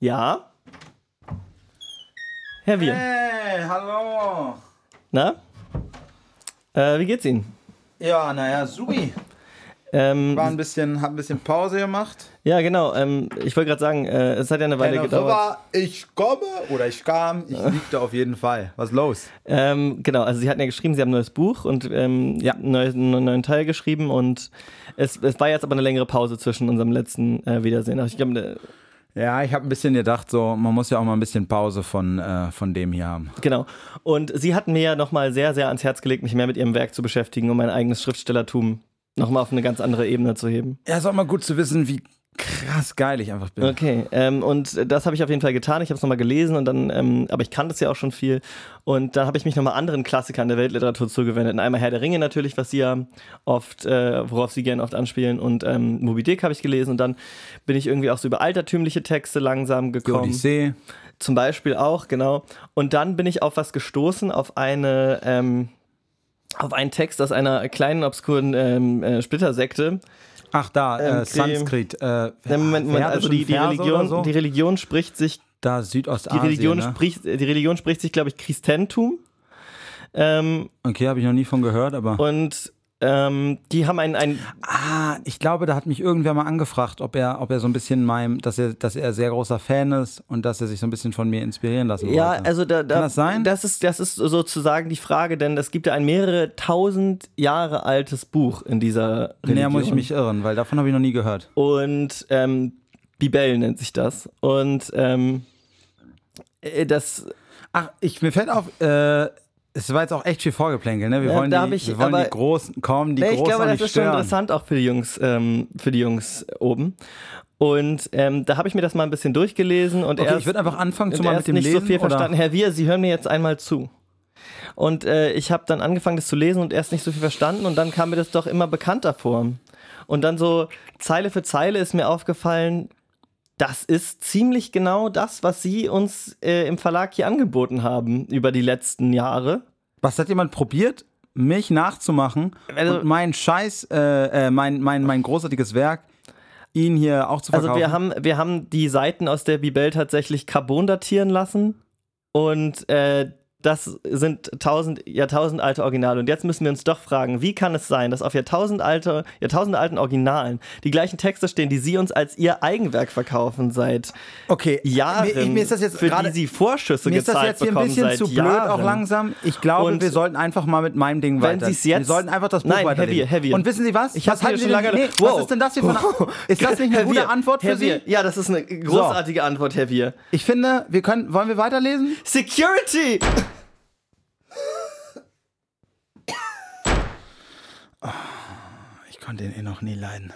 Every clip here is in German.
Ja? Herr Wier. Hey, hallo. Na? Wie geht's Ihnen? Ja, naja, supi. Hab ein bisschen Pause gemacht. Ja, genau. Ich wollte gerade sagen, es hat ja eine Weile gedauert. Ich komme oder ich kam, ich liegte auf jeden Fall. Was ist los? Genau, also Sie hatten ja geschrieben, Sie haben ein neues Buch und einen neuen Teil geschrieben und es war jetzt aber eine längere Pause zwischen unserem letzten Wiedersehen. Also ich glaube, ja, ich habe ein bisschen gedacht, so man muss ja auch mal ein bisschen Pause von dem hier haben. Genau. Und Sie hatten mir ja nochmal sehr, sehr ans Herz gelegt, mich mehr mit Ihrem Werk zu beschäftigen, um mein eigenes Schriftstellertum nochmal auf eine ganz andere Ebene zu heben. Ja, ist auch mal gut zu wissen, wie krass geil ich einfach bin. Okay, und das habe ich auf jeden Fall getan. Ich habe es nochmal gelesen und dann, aber ich kannte es ja auch schon viel. Und dann habe ich mich nochmal anderen Klassikern der Weltliteratur zugewendet. Und einmal Herr der Ringe natürlich, was Sie ja oft, worauf Sie gerne oft anspielen. Und Moby Dick habe ich gelesen. Und dann bin ich irgendwie auch so über altertümliche Texte langsam gekommen. Die Odyssee. Zum Beispiel auch, genau. Und dann bin ich auf was gestoßen, auf einen Text aus einer kleinen, obskuren Splittersekte. Ach da, Sanskrit. Moment, also die Religion spricht sich... Da Südostasien, Die Religion spricht sich, glaube ich, Christentum. Okay, habe ich noch nie von gehört, aber... Und die haben ich glaube, da hat mich irgendwer mal angefragt, ob er so ein bisschen dass er sehr großer Fan ist und dass er sich so ein bisschen von mir inspirieren lassen wollte. Ja, also Kann das sein? Das ist sozusagen die Frage, denn es gibt ja ein mehrere tausend Jahre altes Buch in dieser Religion. Näher muss ich mich irren, weil davon habe ich noch nie gehört. Und Bibel nennt sich das. Und das... Ach, mir fällt auf... es war jetzt auch echt viel Vorgeplänkel, ne? Wir wollen die Großen kommen, die Großen Ich glaube, das ist stören. schon interessant auch für die Jungs oben. Und da habe ich mir das mal ein bisschen durchgelesen. Und okay, ich würde einfach anfangen zu mal mit dem nicht Lesen. So viel verstanden. Herr Wier, Sie hören mir jetzt einmal zu. Und ich habe dann angefangen, das zu lesen und erst nicht so viel verstanden. Und dann kam mir das doch immer bekannter vor. Und dann so Zeile für Zeile ist mir aufgefallen, das ist ziemlich genau das, was Sie uns im Verlag hier angeboten haben über die letzten Jahre. Was hat jemand probiert, mich nachzumachen und meinen Scheiß, mein großartiges Werk, ihn hier auch zu verkaufen? Also wir haben die Seiten aus der Bibel tatsächlich carbon datieren lassen und das sind jahrtausendalte Originale. Und jetzt müssen wir uns doch fragen, wie kann es sein, dass auf jahrtausendalten Originalen die gleichen Texte stehen, die Sie uns als Ihr Eigenwerk verkaufen seit Jahren, mir ist das jetzt für die Sie Vorschüsse gezahlt bekommen seit Jahren. Mir ist das jetzt hier ein bisschen zu blöd, auch langsam. Ich glaube, wir sollten einfach mal mit meinem Ding weiter. Wir sollten einfach das Buch weiterlesen. Heavy. Und wissen Sie was? Was ist denn das hier für eine... Ist das nicht eine gute Antwort für Sie? Ja, das ist eine großartige Antwort, Herr Wier. Ich finde, wollen wir weiterlesen? Security! Ich konnte ihn noch nie leiden.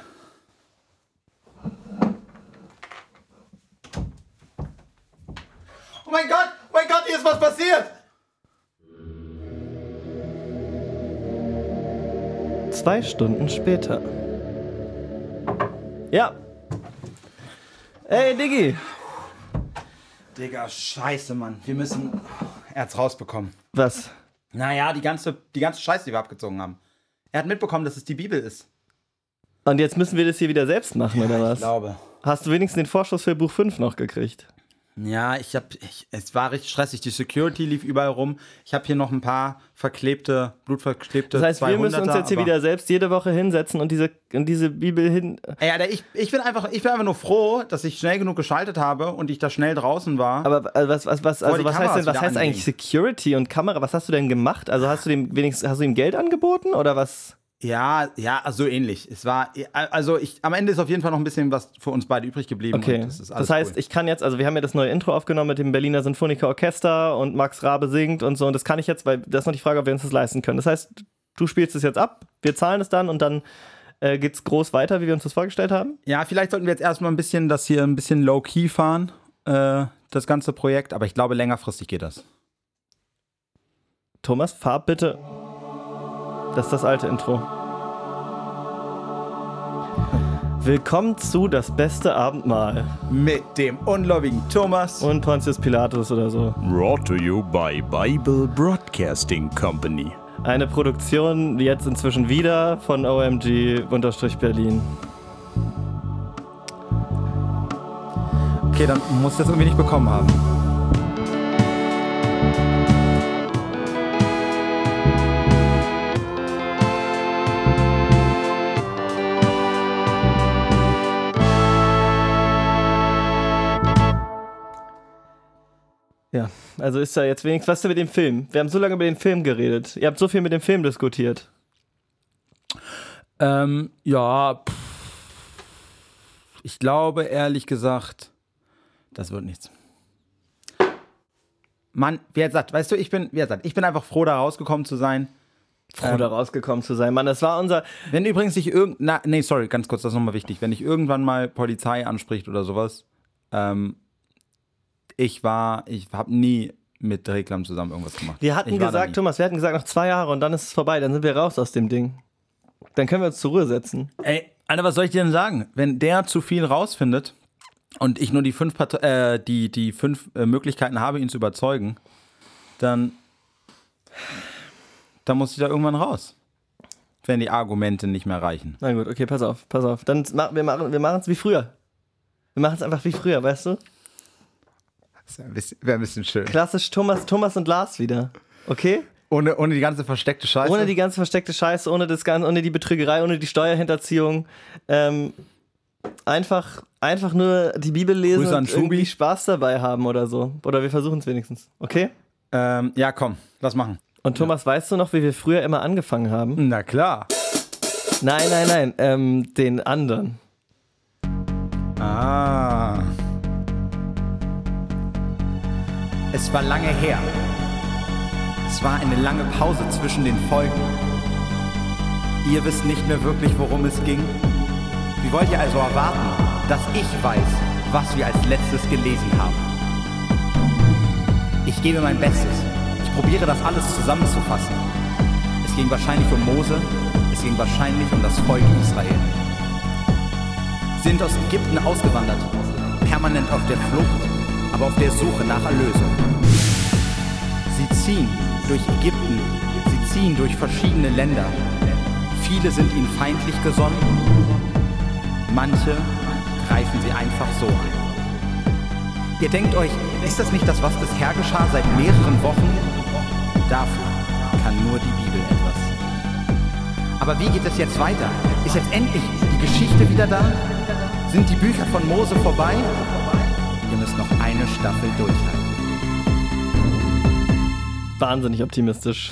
Oh mein Gott, hier ist was passiert! 2 Stunden später. Ja. Ey, Diggi. Digga, scheiße, Mann. Er hat's rausbekommen. Was? Naja, die ganze Scheiße, die wir abgezogen haben. Er hat mitbekommen, dass es die Bibel ist. Und jetzt müssen wir das hier wieder selbst machen, oder was? Ich glaube. Hast du wenigstens den Vorschuss für Buch 5 noch gekriegt? Ja, es war richtig stressig. Die Security lief überall rum. Ich habe hier noch ein paar blutverklebte Das heißt, wir müssen uns jetzt hier wieder selbst jede Woche hinsetzen und diese Bibel hin... Ja, ich bin einfach nur froh, dass ich schnell genug geschaltet habe und ich da schnell draußen war. Aber was heißt eigentlich Security und Kamera? Was hast du denn gemacht? Also hast du ihm Geld angeboten oder was? Ja, so ähnlich. Es war, am Ende ist auf jeden Fall noch ein bisschen was für uns beide übrig geblieben. Okay. Und das heißt, cool. Ich kann jetzt, also wir haben ja das neue Intro aufgenommen mit dem Berliner Sinfoniker Orchester und Max Rabe singt und so. Und das kann ich jetzt, weil das ist noch die Frage, ob wir uns das leisten können. Das heißt, du spielst es jetzt ab, wir zahlen es dann und dann geht's groß weiter, wie wir uns das vorgestellt haben. Ja, vielleicht sollten wir jetzt erstmal das hier ein bisschen low-key fahren, das ganze Projekt. Aber ich glaube, längerfristig geht das. Thomas, fahr bitte. Das ist das alte Intro. Willkommen zu Das beste Abendmahl. Mit dem ungläubigen Thomas. Und Pontius Pilatus oder so. Brought to you by Bible Broadcasting Company. Eine Produktion jetzt inzwischen wieder von OMG-Berlin. Okay, dann muss ich das irgendwie nicht bekommen haben. Ja, also ist da jetzt wenigstens, was ist denn mit dem Film? Wir haben so lange über den Film geredet. Ihr habt so viel mit dem Film diskutiert. Ich glaube, ehrlich gesagt, das wird nichts. Mann, wie gesagt, weißt du, ich bin einfach froh, da rausgekommen zu sein. Da rausgekommen zu sein. Mann, das war unser... Wenn übrigens nicht ganz kurz, das ist nochmal wichtig. Wenn dich irgendwann mal Polizei anspricht oder sowas, ich habe nie mit Reklam zusammen irgendwas gemacht. Wir hatten gesagt, noch 2 Jahre und dann ist es vorbei, dann sind wir raus aus dem Ding. Dann können wir uns zur Ruhe setzen. Ey, Alter, was soll ich dir denn sagen? Wenn der zu viel rausfindet und ich nur die 5 Möglichkeiten habe, ihn zu überzeugen, dann muss ich da irgendwann raus. Wenn die Argumente nicht mehr reichen. Na gut, okay, pass auf. Dann wir machen es wie früher. Wir machen es einfach wie früher, weißt du? Das wäre ein bisschen schön. Klassisch Thomas und Lars wieder. Okay? Ohne die ganze versteckte Scheiße? Ohne die ganze versteckte Scheiße, ohne die Betrügerei, ohne die Steuerhinterziehung. Einfach nur die Bibel lesen und irgendwie Spaß dabei haben oder so. Oder wir versuchen es wenigstens. Okay? Ja, komm, lass machen. Und Thomas, weißt du noch, wie wir früher immer angefangen haben? Na klar. Nein, den anderen. Ah. Es war lange her. Es war eine lange Pause zwischen den Folgen. Ihr wisst nicht mehr wirklich, worum es ging. Wie wollt ihr also erwarten, dass ich weiß, was wir als letztes gelesen haben? Ich gebe mein Bestes. Ich probiere das alles zusammenzufassen. Es ging wahrscheinlich um Mose. Es ging wahrscheinlich um das Volk Israel. Sie sind aus Ägypten ausgewandert, permanent auf der Flucht, aber auf der Suche nach Erlösung. Sie ziehen durch Ägypten, sie ziehen durch verschiedene Länder. Viele sind ihnen feindlich gesonnen, manche greifen sie einfach so an. Ihr denkt euch, ist das nicht das, was bisher geschah seit mehreren Wochen? Dafür kann nur die Bibel etwas. Aber wie geht es jetzt weiter? Ist jetzt endlich die Geschichte wieder da? Sind die Bücher von Mose vorbei? Ihr müsst noch eine Staffel durchhalten. Wahnsinnig optimistisch.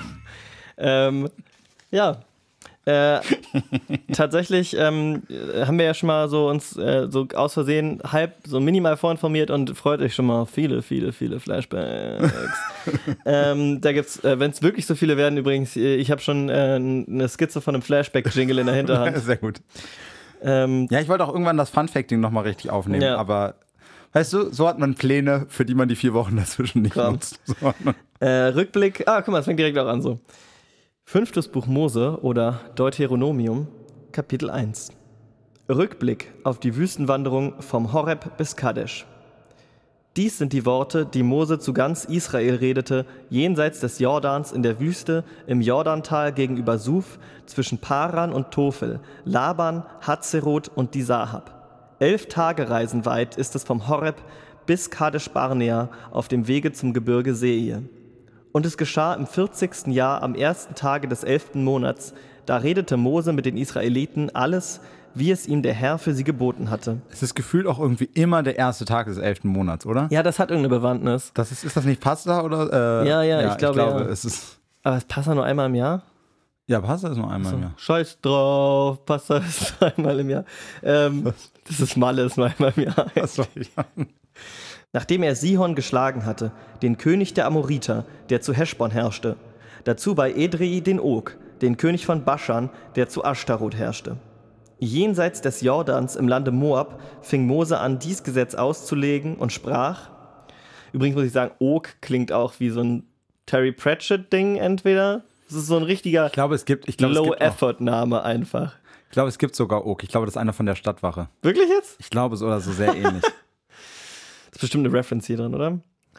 Ja. Tatsächlich haben wir ja schon mal so uns so aus Versehen so minimal vorinformiert und freut euch schon mal auf viele Flashbacks. Da gibt's, wenn es wirklich so viele werden übrigens, ich habe schon eine Skizze von einem Flashback-Jingle in der Hinterhand. Sehr gut. Ja, ich wollte auch irgendwann das Fun-Facting nochmal richtig aufnehmen, aber weißt du, so hat man Pläne, für die man die 4 Wochen dazwischen nicht nutzt. So Rückblick, guck mal, es fängt direkt auch an so. 5. Buch Mose oder Deuteronomium, Kapitel 1. Rückblick auf die Wüstenwanderung vom Horeb bis Kadesh. Dies sind die Worte, die Mose zu ganz Israel redete, jenseits des Jordans in der Wüste, im Jordantal gegenüber Suf, zwischen Paran und Tophel, Laban, Hazeroth und Di-Sahab. 11 Tagereisen weit ist es vom Horeb bis Kadesh Barnea auf dem Wege zum Gebirge Seir. Und es geschah im 40. Jahr am 1. Tage des 11. Monats, da redete Mose mit den Israeliten alles, wie es ihm der Herr für sie geboten hatte. Es ist gefühlt auch irgendwie immer der 1. Tag des 11. Monats, oder? Ja, das hat irgendeine Bewandtnis. Ist das nicht Passa oder? Ja, ich glaube ja. Es ist. Aber ist Passa nur einmal im Jahr? Ja, Passa ist nur einmal im Jahr. Scheiß drauf, Passa ist nur einmal im Jahr. Das ist Malle, ist nur einmal im Jahr. Achso, ja. Nachdem er Sihon geschlagen hatte, den König der Amoriter, der zu Heschbon herrschte, dazu bei Edrei den Og, den König von Baschan, der zu Ashtaroth herrschte. Jenseits des Jordans im Lande Moab fing Mose an, dies Gesetz auszulegen und sprach, übrigens muss ich sagen, Og klingt auch wie so ein Terry Pratchett-Ding entweder, das ist so ein richtiger Low-Effort-Name einfach. Ich glaube, es gibt sogar Og, ich glaube, das ist einer von der Stadtwache. Wirklich jetzt? Ich glaube, so oder so sehr ähnlich. Das ist bestimmt eine Reference hier drin, oder?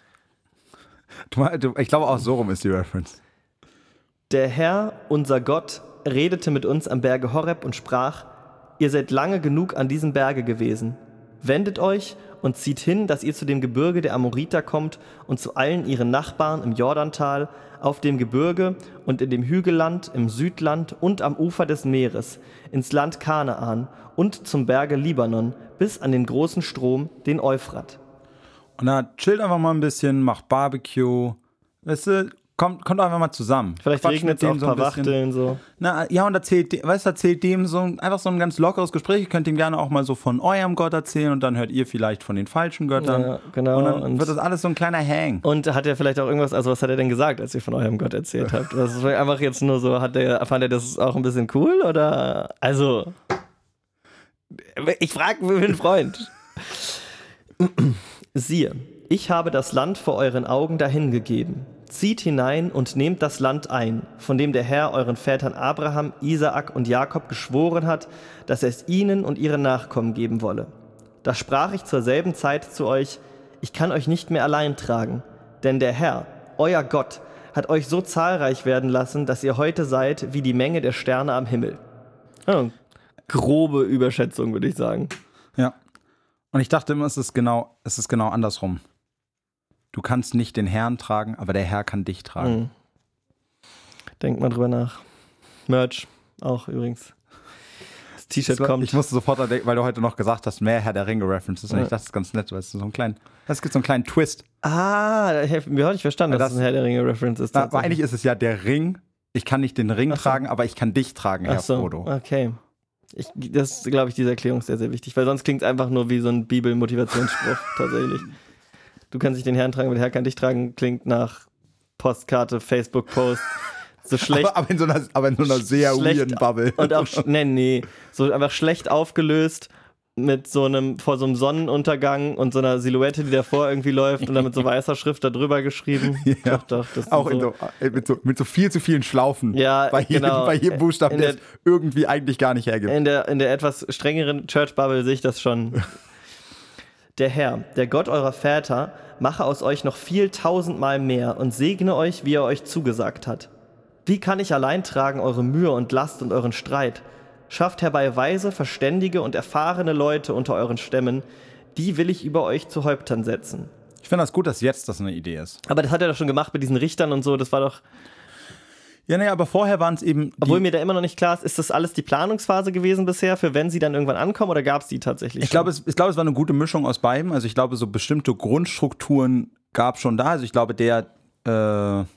Ich glaube, auch so rum ist die Reference. Der Herr, unser Gott, redete mit uns am Berge Horeb und sprach, ihr seid lange genug an diesem Berge gewesen. Wendet euch und zieht hin, dass ihr zu dem Gebirge der Amoriter kommt und zu allen ihren Nachbarn im Jordantal, auf dem Gebirge und in dem Hügelland, im Südland und am Ufer des Meeres, ins Land Kanaan und zum Berge Libanon, bis an den großen Strom, den Euphrat. Und da chillt einfach mal ein bisschen, macht Barbecue, weißt du, kommt einfach mal zusammen. Vielleicht Quatscht regnet es auch ein paar Wachteln so. Na, ja, und erzählt dem einfach so ein ganz lockeres Gespräch. Ihr könnt ihm gerne auch mal so von eurem Gott erzählen und dann hört ihr vielleicht von den falschen Göttern. Ja, genau. Und dann wird das alles so ein kleiner Hang. Und hat er vielleicht auch irgendwas, also was hat er denn gesagt, als ihr von eurem Gott erzählt habt? Das ist einfach jetzt nur so, fand er das auch ein bisschen cool oder, also, ich frage für einen Freund. Siehe, ich habe das Land vor euren Augen dahingegeben. Zieht hinein und nehmt das Land ein, von dem der Herr euren Vätern Abraham, Isaak und Jakob geschworen hat, dass er es ihnen und ihren Nachkommen geben wolle. Da sprach ich zur selben Zeit zu euch, ich kann euch nicht mehr allein tragen, denn der Herr, euer Gott, hat euch so zahlreich werden lassen, dass ihr heute seid wie die Menge der Sterne am Himmel. Ja, grobe Überschätzung, würde ich sagen. Ja. Und ich dachte immer, es ist genau andersrum. Du kannst nicht den Herrn tragen, aber der Herr kann dich tragen. Mhm. Denkt mal drüber nach. Merch auch übrigens. Das T-Shirt kommt. Ich musste sofort denken, weil du heute noch gesagt hast, mehr Herr der Ringe-References. Und ich dachte, das ist ganz nett, weil es gibt so einen kleinen Twist. Ah, mir hatte ich verstanden, dass es ein Herr der Ringe-Reference ist. Aber eigentlich ist es ja der Ring. Ich kann nicht den Ring tragen, aber ich kann dich tragen, Herr Frodo. Okay. Das ist, glaube ich, diese Erklärung sehr, sehr wichtig, weil sonst klingt es einfach nur wie so ein Bibel-Motivationsspruch, tatsächlich. Du kannst nicht den Herrn tragen, aber der Herr kann dich tragen, klingt nach Postkarte, Facebook-Post, so schlecht. Aber in so einer sehr weirden Bubble. Und auch, so einfach schlecht aufgelöst mit vor so einem Sonnenuntergang und so einer Silhouette, die davor irgendwie läuft und dann mit so weißer Schrift da drüber geschrieben. Ja. Doch, das auch mit so viel zu vielen Schlaufen. Ja, bei jedem Buchstaben, der es irgendwie eigentlich gar nicht hergibt. In der etwas strengeren Church-Bubble sehe ich das schon. Der Herr, der Gott eurer Väter, mache aus euch noch viel 1000-mal mehr und segne euch, wie er euch zugesagt hat. Wie kann ich allein tragen eure Mühe und Last und euren Streit? Schafft herbei weise, verständige und erfahrene Leute unter euren Stämmen, die will ich über euch zu Häuptern setzen. Ich finde das gut, dass jetzt das eine Idee ist. Aber das hat er doch schon gemacht mit diesen Richtern und so, das war doch... Ja, naja, aber vorher waren es eben... Obwohl mir da immer noch nicht klar ist, ist das alles die Planungsphase gewesen bisher, für wenn sie dann irgendwann ankommen, oder gab es die tatsächlich schon? Ich glaube, es war eine gute Mischung aus beidem. Also ich glaube, so bestimmte Grundstrukturen gab es schon da. Also ich glaube, wer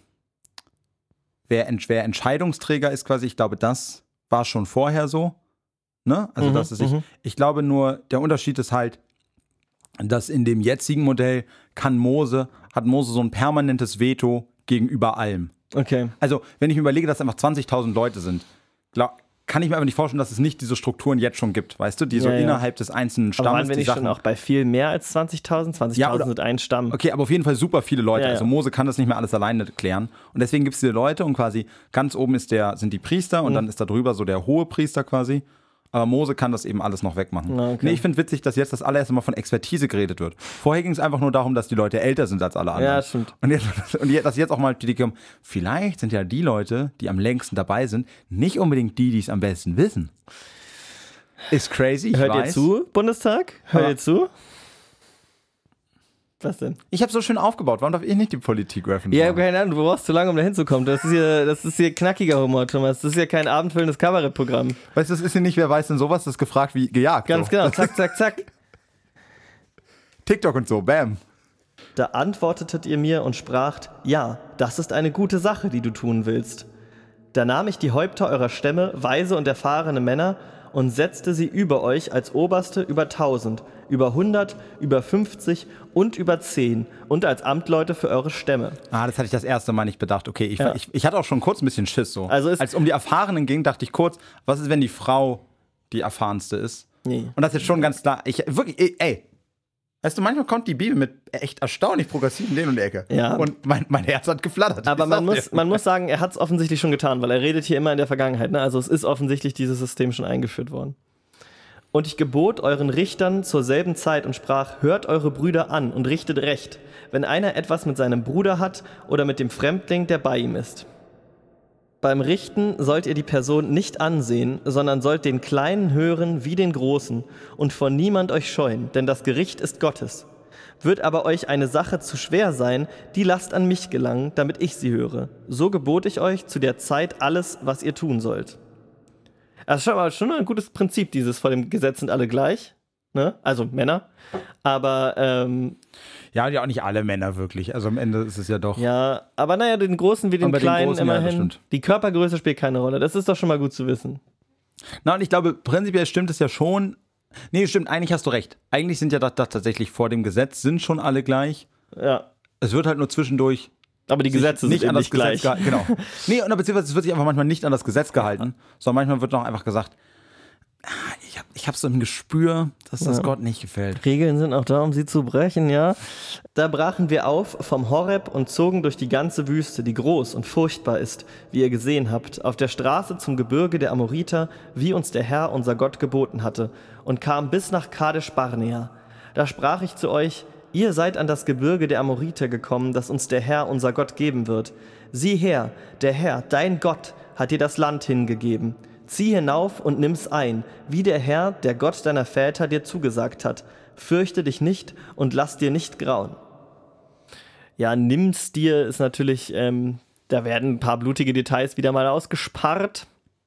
Entscheidungsträger ist quasi, ich glaube, das war schon vorher so. Ne? Also ich glaube nur, der Unterschied ist halt, dass in dem jetzigen Modell hat Mose so ein permanentes Veto gegenüber allem. Okay. Also, wenn ich mir überlege, dass einfach 20.000 Leute sind, kann ich mir aber nicht vorstellen, dass es nicht diese Strukturen jetzt schon gibt, weißt du, die so innerhalb des einzelnen Stammes. Aber waren wir nicht schon auch bei viel mehr als 20.000? 20.000 sind ein Stamm. Okay, aber auf jeden Fall super viele Leute. Ja. Also Mose kann das nicht mehr alles alleine klären. Und deswegen gibt es diese Leute und quasi ganz oben sind die Priester und dann ist da drüber so der hohe Priester quasi. Aber Mose kann das eben alles noch wegmachen. Okay. Nee, ich finde witzig, dass jetzt das allererste Mal von Expertise geredet wird. Vorher ging es einfach nur darum, dass die Leute älter sind als alle anderen. Ja, stimmt. Und dass jetzt auch mal die Idee kommt, vielleicht sind ja die Leute, die am längsten dabei sind, nicht unbedingt die es am besten wissen. Ist crazy, Hört ihr zu, Bundestag? Hört ihr zu? Was denn? Ich habe so schön aufgebaut. Warum darf ich nicht die Politik-Reference Ja, keine Ahnung, du brauchst zu lange, um da hinzukommen. Das ist hier knackiger Humor, Thomas. Das ist ja kein abendfüllendes Kabarettprogramm. Weißt du, das ist hier nicht, wer weiß denn sowas, das ist gefragt wie gejagt. Ganz so. genau, zack, zack, zack. TikTok und so, bam. Da antwortetet ihr mir und spracht, ja, das ist eine gute Sache, die du tun willst. Da nahm ich die Häupter eurer Stämme, weise und erfahrene Männer, und setzte sie über euch als Oberste über 1000, über 100, über 50 und über 10 und als Amtleute für eure Stämme. Das hatte ich das erste Mal nicht bedacht. Okay, ich hatte auch schon kurz ein bisschen Schiss so. Also als es um die Erfahrenen ging, dachte ich kurz, was ist, wenn die Frau die Erfahrenste ist? Nee. Und das ist jetzt schon ganz klar. Weißt du, manchmal kommt die Bibel mit echt erstaunlich progressiven Ideen um die Ecke. Ja. Und mein Herz hat geflattert. Aber man muss sagen, er hat es offensichtlich schon getan, weil er redet hier immer in der Vergangenheit. Ne? Also es ist offensichtlich dieses System schon eingeführt worden. Und ich gebot euren Richtern zur selben Zeit und sprach, hört eure Brüder an und richtet Recht, wenn einer etwas mit seinem Bruder hat oder mit dem Fremdling, der bei ihm ist. Beim Richten sollt ihr die Person nicht ansehen, sondern sollt den Kleinen hören wie den Großen und vor niemand euch scheuen, denn das Gericht ist Gottes. Wird aber euch eine Sache zu schwer sein, die lasst an mich gelangen, damit ich sie höre. So gebot ich euch zu der Zeit alles, was ihr tun sollt. Also schon ein gutes Prinzip, dieses vor dem Gesetz sind alle gleich, ne? Also Männer, aber Ja, auch nicht alle Männer wirklich, also am Ende ist es ja doch... ja, aber naja, den Großen wie den Aber den Kleinen Großen, ja, das immerhin. stimmt. Die Körpergröße spielt keine Rolle, das ist doch schon mal gut zu wissen. Na, und ich glaube, prinzipiell stimmt es ja schon. Nee, stimmt, eigentlich hast du recht. Eigentlich sind ja das tatsächlich vor dem Gesetz, sind schon alle gleich. Ja, Es wird halt nur zwischendurch aber die Gesetze sind eben nicht gleich. Genau. Nee, und beziehungsweise es wird sich einfach manchmal nicht an das Gesetz gehalten, sondern manchmal wird auch einfach gesagt, ich hab so ein Gespür, dass das Gott nicht gefällt. Regeln sind auch da, um sie zu brechen, ja. Da brachen wir auf vom Horeb und zogen durch die ganze Wüste, die groß und furchtbar ist, wie ihr gesehen habt, auf der Straße zum Gebirge der Amoriter, wie uns der Herr, unser Gott, geboten hatte, und kamen bis nach Kadesh Barnea. Da sprach ich zu euch, ihr seid an das Gebirge der Amoriter gekommen, das uns der Herr, unser Gott, geben wird. Sieh her, der Herr, dein Gott, hat dir das Land hingegeben. Zieh hinauf und nimm's ein, wie der Herr, der Gott deiner Väter, dir zugesagt hat. Fürchte dich nicht und lass dir nicht grauen. Ja, nimm's dir ist natürlich, da werden ein paar blutige Details wieder mal ausgespart.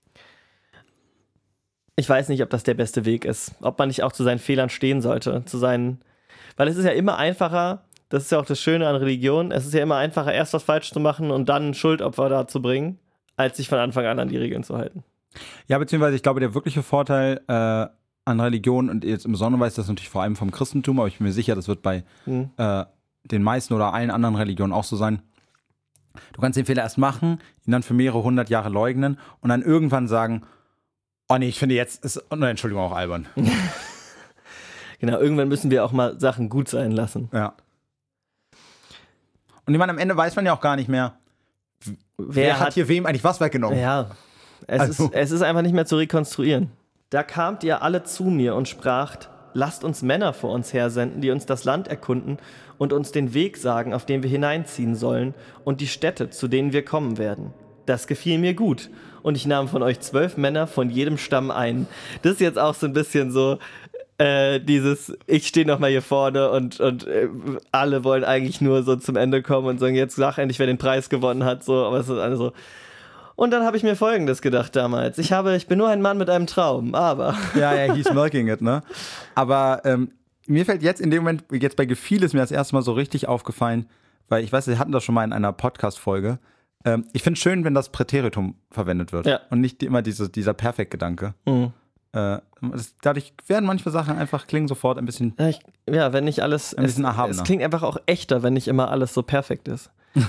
Ich weiß nicht, ob das der beste Weg ist. Ob man nicht auch zu seinen Fehlern stehen sollte. Weil es ist ja immer einfacher, das ist ja auch das Schöne an Religion, es ist ja immer einfacher, erst was falsch zu machen und dann ein Schuldopfer dazu bringen, als sich von Anfang an die Regeln zu halten. Ja, beziehungsweise ich glaube, der wirkliche Vorteil an Religion, und jetzt im Besonderen weiß das natürlich vor allem vom Christentum, aber ich bin mir sicher, das wird bei den meisten oder allen anderen Religionen auch so sein. Du kannst den Fehler erst machen, ihn dann für mehrere 100 Jahre leugnen und dann irgendwann sagen, oh nee, ich finde jetzt ist, oh nein, Entschuldigung, auch albern. Genau, irgendwann müssen wir auch mal Sachen gut sein lassen. Ja. Und ich meine, am Ende weiß man ja auch gar nicht mehr, wer hat hier wem eigentlich was weggenommen. Ja, es ist einfach nicht mehr zu rekonstruieren. Da kamt ihr alle zu mir und spracht, lasst uns Männer vor uns hersenden, die uns das Land erkunden und uns den Weg sagen, auf den wir hineinziehen sollen und die Städte, zu denen wir kommen werden. Das gefiel mir gut und ich nahm von euch 12 Männer von jedem Stamm ein. Das ist jetzt auch so ein bisschen so dieses, ich stehe noch mal hier vorne und alle wollen eigentlich nur so zum Ende kommen und sagen, jetzt sag endlich, wer den Preis gewonnen hat, so, aber es ist alles so. Und dann habe ich mir Folgendes gedacht damals. Ich bin nur ein Mann mit einem Traum, aber... Ja, he's milking it, ne? Aber mir fällt jetzt in dem Moment, jetzt bei Gefiel ist mir das erste Mal so richtig aufgefallen, weil ich weiß, wir hatten das schon mal in einer Podcast-Folge. Ich finde es schön, wenn das Präteritum verwendet wird. Ja. Und nicht immer dieser Perfekt-Gedanke. Mhm. Dadurch werden manche Sachen einfach klingen sofort ein bisschen... Ja, wenn nicht alles... Ein bisschen erhabener. Es klingt einfach auch echter, wenn nicht immer alles so perfekt ist.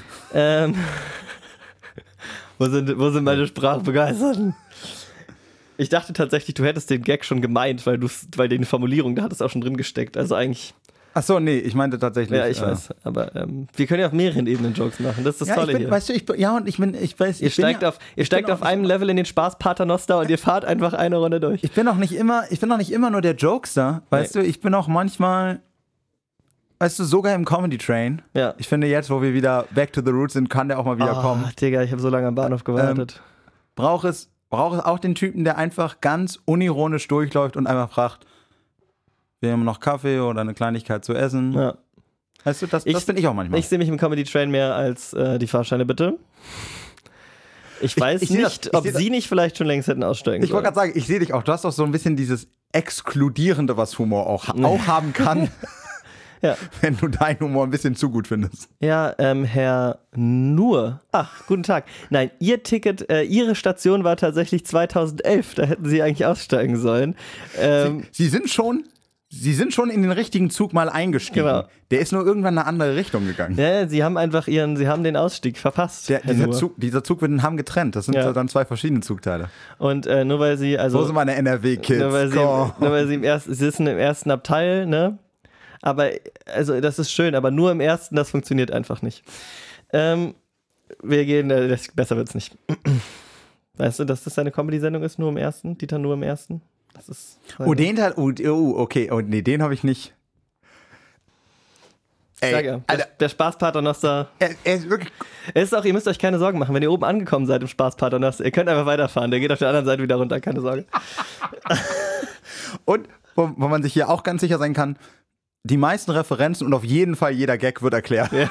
Wo sind meine Sprachbegeisterten? Ich dachte tatsächlich, du hättest den Gag schon gemeint, weil die Formulierung, da hat es auch schon drin gesteckt. Also eigentlich... Ach so, nee, ich meinte tatsächlich... Ja, ich weiß, aber wir können ja auf mehreren Ebenen Jokes machen, das ist das Tolle hier. Weißt du, ihr steigt auf einem Level in den Spaß Paternoster und ihr fahrt einfach eine Runde durch. Ich bin auch nicht immer nur der Jokester, weißt du, ich bin auch manchmal... Weißt du, sogar im Comedy Train. Ja. Ich finde jetzt, wo wir wieder back to the roots sind, kann der auch mal wieder kommen. Digga, ich habe so lange am Bahnhof gewartet. Braucht es auch den Typen, der einfach ganz unironisch durchläuft und einfach fragt, wir haben noch Kaffee oder eine Kleinigkeit zu essen. Ja. Weißt du, das finde ich auch manchmal. Ich sehe mich im Comedy Train mehr als die Fahrscheine, bitte. Ich weiß nicht, ob Sie nicht vielleicht schon längst hätten aussteigen sollen. Ich wollte gerade sagen, ich sehe dich auch. Du hast doch so ein bisschen dieses Exkludierende, was Humor auch haben kann. Ja. Wenn du deinen Humor ein bisschen zu gut findest. Ja, Herr Nur. Ach, guten Tag. Nein, Ihre Station war tatsächlich 2011. Da hätten Sie eigentlich aussteigen sollen. Sie sind schon in den richtigen Zug mal eingestiegen. Genau. Der ist nur irgendwann in eine andere Richtung gegangen. Ja, Sie haben einfach den Ausstieg verpasst. Dieser Zug wird den Hamm getrennt. Das sind dann zwei verschiedene Zugteile. Und nur weil Sie, also... So sind meine NRW-Kids. Nur weil Sie sitzen im ersten Abteil, ne? Aber, also, das ist schön, aber nur im ersten, das funktioniert einfach nicht. Wir gehen, besser wird's nicht. Weißt du, dass das eine Comedy-Sendung ist, nur im ersten? Dieter nur im ersten? Das ist... den Teil, okay, nee, den habe ich nicht. Sag ja, der Spaßpaternoster. Er ist wirklich... Es ist auch, ihr müsst euch keine Sorgen machen, wenn ihr oben angekommen seid im Spaßpaternoster. Ihr könnt einfach weiterfahren, der geht auf der anderen Seite wieder runter, keine Sorge. Und wo man sich hier auch ganz sicher sein kann, die meisten Referenzen und auf jeden Fall jeder Gag wird erklärt. Ja.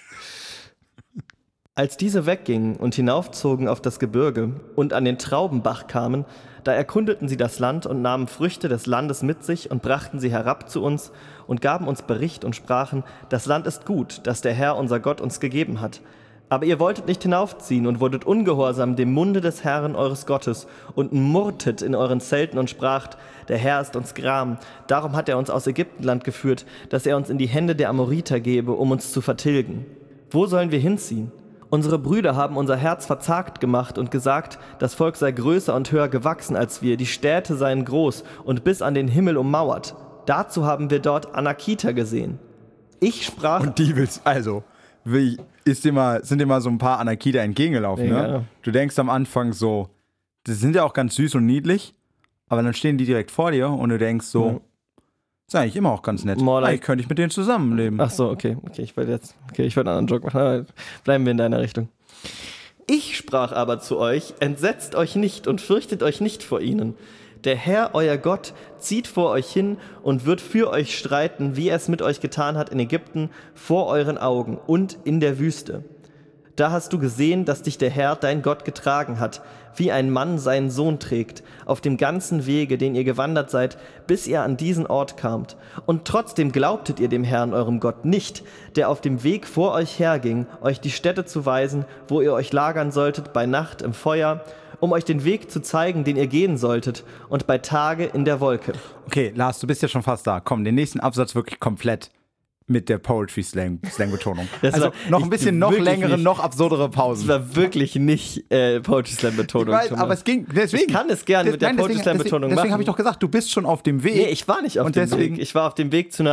Als diese weggingen und hinaufzogen auf das Gebirge und an den Traubenbach kamen, da erkundeten sie das Land und nahmen Früchte des Landes mit sich und brachten sie herab zu uns und gaben uns Bericht und sprachen, das Land ist gut, das der Herr, unser Gott, uns gegeben hat. Aber ihr wolltet nicht hinaufziehen und wurdet ungehorsam dem Munde des Herrn eures Gottes und murrtet in euren Zelten und spracht, der Herr ist uns gram, darum hat er uns aus Ägyptenland geführt, dass er uns in die Hände der Amoriter gebe, um uns zu vertilgen. Wo sollen wir hinziehen? Unsere Brüder haben unser Herz verzagt gemacht und gesagt, das Volk sei größer und höher gewachsen als wir, die Städte seien groß und bis an den Himmel ummauert. Dazu haben wir dort Anakiter gesehen. Ich sprach... Und die willst, also, sind dir mal so ein paar Anakiter entgegengelaufen, Ja. ne? Du denkst am Anfang so, die sind ja auch ganz süß und niedlich, aber dann stehen die direkt vor dir und du denkst so, ist eigentlich immer auch ganz nett. Eigentlich könnte ich mit denen zusammenleben. Ach so, okay, ich wollte einen anderen Joke machen, aber bleiben wir in deiner Richtung. Ich sprach aber zu euch, entsetzt euch nicht und fürchtet euch nicht vor ihnen. Der Herr, euer Gott, zieht vor euch hin und wird für euch streiten, wie er es mit euch getan hat in Ägypten, vor euren Augen und in der Wüste. Da hast du gesehen, dass dich der Herr, dein Gott, getragen hat, wie ein Mann seinen Sohn trägt, auf dem ganzen Wege, den ihr gewandert seid, bis ihr an diesen Ort kamt. Und trotzdem glaubtet ihr dem Herrn, eurem Gott, nicht, der auf dem Weg vor euch herging, euch die Städte zu weisen, wo ihr euch lagern solltet, bei Nacht im Feuer, um euch den Weg zu zeigen, den ihr gehen solltet, und bei Tage in der Wolke. Okay, Lars, du bist ja schon fast da. Komm, den nächsten Absatz wirklich komplett mit der Poetry-Slang-Betonung. Also noch ein bisschen noch längere, noch absurdere Pausen. Das war wirklich nicht Poetry-Slam-Betonung. Ich weiß, aber es ging, deswegen. Ich kann es gerne mit der Poetry-Slam-Betonung machen. Deswegen habe ich doch gesagt, du bist schon auf dem Weg. Nee, ich war nicht auf dem Weg. Ich war auf dem Weg zu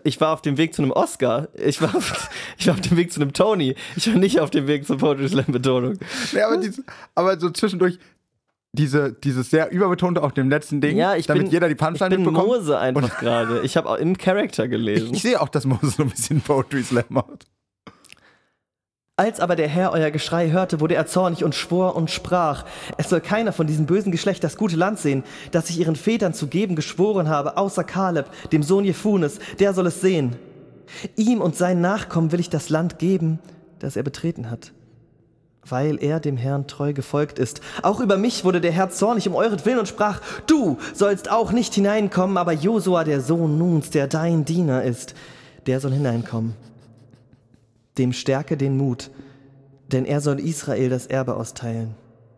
einem Oscar. Ich war auf dem Weg zu einem Tony. Ich war nicht auf dem Weg zur Poetry-Slam-Betonung. Nee, aber so zwischendurch dieses sehr überbetonte auf dem letzten Ding, damit jeder die Punchline mitbekommt. Ich bin mitbekommt. Mose einfach gerade. Ich habe auch im Charakter gelesen. Ich sehe auch, dass Mose so ein bisschen Poetry Slam macht. Als aber der Herr euer Geschrei hörte, wurde er zornig und schwor und sprach, es soll keiner von diesem bösen Geschlecht das gute Land sehen, das ich ihren Vätern zu geben geschworen habe, außer Kaleb, dem Sohn Jefunes, der soll es sehen. Ihm und seinen Nachkommen will ich das Land geben, das er betreten hat, weil er dem Herrn treu gefolgt ist. Auch über mich wurde der Herr zornig um euretwillen und sprach, du sollst auch nicht hineinkommen, aber Josua, der Sohn Nuns, der dein Diener ist, der soll hineinkommen. Dem stärke den Mut, denn er soll Israel das Erbe austeilen.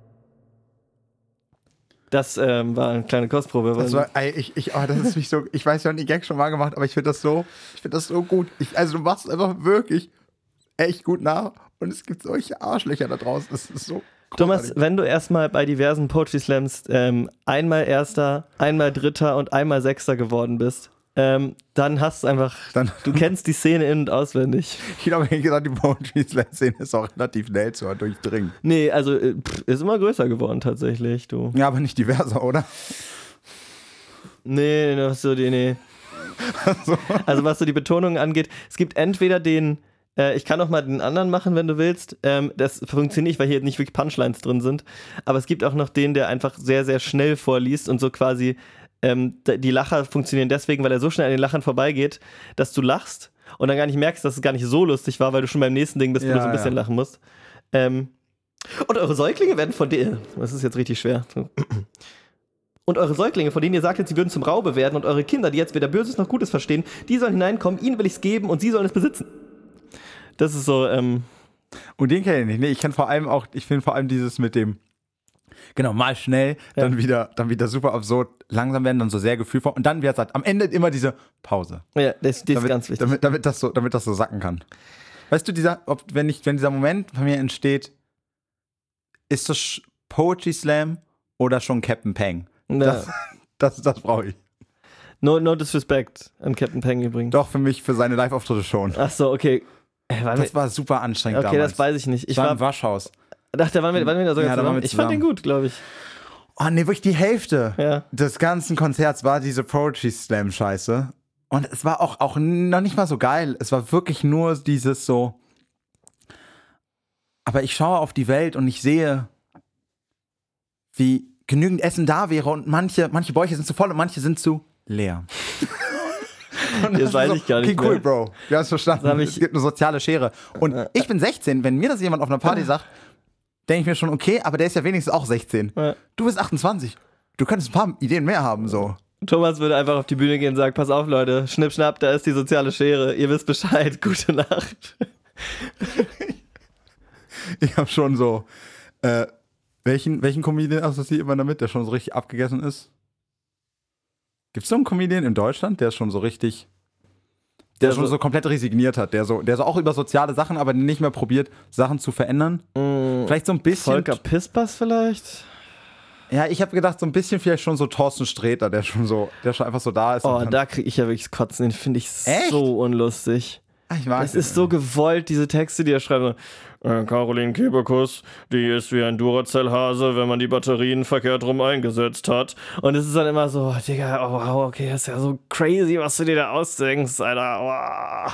Das war eine kleine Kostprobe. Das ist mich so, ich weiß, wir haben die Gag schon mal gemacht, aber ich finde das so gut. Also du machst einfach wirklich echt gut nach und es gibt solche Arschlöcher da draußen. Das ist so großartig. Thomas, wenn du erstmal bei diversen Poetry Slams einmal Erster, einmal Dritter und einmal Sechster geworden bist, dann hast du einfach, du kennst die Szene in- und auswendig. Ich glaube, wie gesagt, die Poetry Slam-Szene ist auch relativ schnell zu durchdringen. Nee, also ist immer größer geworden tatsächlich, du. Ja, aber nicht diverser, oder? Nee. Also was so die Betonung angeht, es gibt entweder den, ich kann auch mal den anderen machen, wenn du willst. Das funktioniert nicht, weil hier nicht wirklich Punchlines drin sind. Aber es gibt auch noch den, der einfach sehr, sehr schnell vorliest und so quasi die Lacher funktionieren deswegen, weil er so schnell an den Lachern vorbeigeht, dass du lachst und dann gar nicht merkst, dass es gar nicht so lustig war, weil du schon beim nächsten Ding bist, wo du so ein bisschen lachen musst. Und eure Säuglinge werden von denen, das ist jetzt richtig schwer. Und eure Säuglinge, von denen ihr sagtet, sie würden zum Raube werden, und eure Kinder, die jetzt weder Böses noch Gutes verstehen, die sollen hineinkommen, ihnen will ich's geben und sie sollen es besitzen. Das ist so, Und den kenne ich nicht. Nee, ich finde vor allem dieses mit dem, genau, mal schnell, dann wieder super absurd, langsam werden, dann so sehr gefühlvoll und dann wird es am Ende immer diese Pause. Ja, das ist ganz wichtig. Damit das so sacken kann. Weißt du, wenn dieser Moment bei mir entsteht, ist das Poetry Slam oder schon Captain Peng? Ja. Das brauche ich. No disrespect an Captain Peng übrigens. Doch, für mich, für seine Live-Auftritte schon. Ach so, okay. Das war super anstrengend damals. Okay, das weiß ich nicht. Ich war im Waschhaus. Ach, da waren wir da sogar zusammen. Ich fand den gut, glaube ich. Oh nee, wirklich die Hälfte des ganzen Konzerts war diese Poetry Slam-Scheiße. Und es war auch noch nicht mal so geil. Es war wirklich nur dieses so. Aber ich schaue auf die Welt und ich sehe, wie genügend Essen da wäre und manche Bäuche sind zu voll und manche sind zu leer. Und das weiß ich gar nicht okay, cool, mehr. Bro. Wir haben es verstanden. Es gibt eine soziale Schere. Und ich bin 16. Wenn mir das jemand auf einer Party sagt, denke ich mir schon, okay, aber der ist ja wenigstens auch 16. Du bist 28. Du könntest ein paar Ideen mehr haben, so. Thomas würde einfach auf die Bühne gehen und sagen, pass auf, Leute, schnipp, schnapp, da ist die soziale Schere. Ihr wisst Bescheid. Gute Nacht. Ich habe schon so, welchen Comedian assoziiert immer damit, der schon so richtig abgegessen ist? Gibt es so einen Comedian in Deutschland, der ist schon so richtig, der schon so komplett resigniert hat, der so auch über soziale Sachen, aber nicht mehr probiert, Sachen zu verändern? Vielleicht so ein bisschen. Volker Pispers vielleicht? Ja, ich habe gedacht, so ein bisschen vielleicht schon so Thorsten Sträter, der schon einfach so da ist. Oh, da kriege ich ja wirklich das Kotzen, den finde ich so unlustig. Ich mag es ist so gewollt, diese Texte, die er schreibt. Caroline Kebekus, die ist wie ein Duracell-Hase, wenn man die Batterien verkehrt rum eingesetzt hat. Und es ist dann immer so, Digga, oh, wow, okay, das ist ja so crazy, was du dir da ausdenkst, Alter.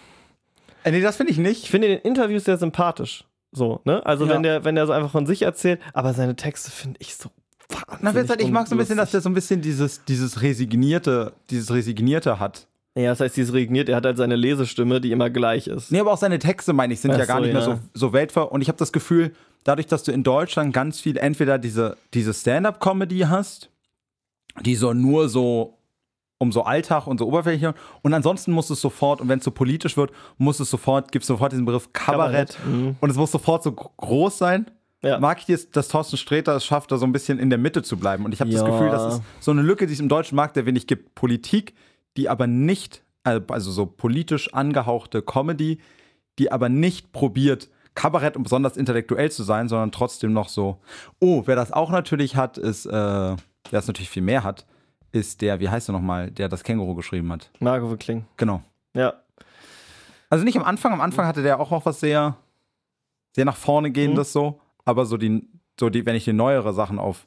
Oh. Nee, das finde ich nicht. Ich finde den Interviews sehr sympathisch. So, ne? Also wenn der so einfach von sich erzählt, aber seine Texte finde ich so wahnsinnig ich mag so ein bisschen, dass der so ein bisschen dieses Resignierte hat. Ja, das heißt, dieses resigniert, er hat halt seine Lesestimme, die immer gleich ist. Nee, aber auch seine Texte, meine ich, sind ja gar nicht mehr so weltver. Und ich habe das Gefühl, dadurch, dass du in Deutschland ganz viel entweder diese Stand-up-Comedy hast, die so nur so um so Alltag und so Oberfläche, und ansonsten muss es sofort, und wenn es so politisch wird, gibt es sofort diesen Begriff Kabarett. Und es muss sofort so groß sein. Ja. Mag ich jetzt, dass Thorsten Sträter es schafft, da so ein bisschen in der Mitte zu bleiben. Und ich habe das Gefühl, das ist so eine Lücke, die es im deutschen Markt sehr wenig gibt. Politik, die aber nicht, also so politisch angehauchte Comedy, die aber nicht probiert, Kabarett, um besonders intellektuell zu sein, sondern trotzdem noch so. Oh, wer das auch natürlich hat, ist, wer das natürlich viel mehr hat, ist der, wie heißt er nochmal, der das Känguru geschrieben hat. Marco Kling. Genau. Ja. Also nicht am Anfang hatte der auch was sehr, sehr nach vorne gehendes so, aber so die, wenn ich die neuere Sachen auf,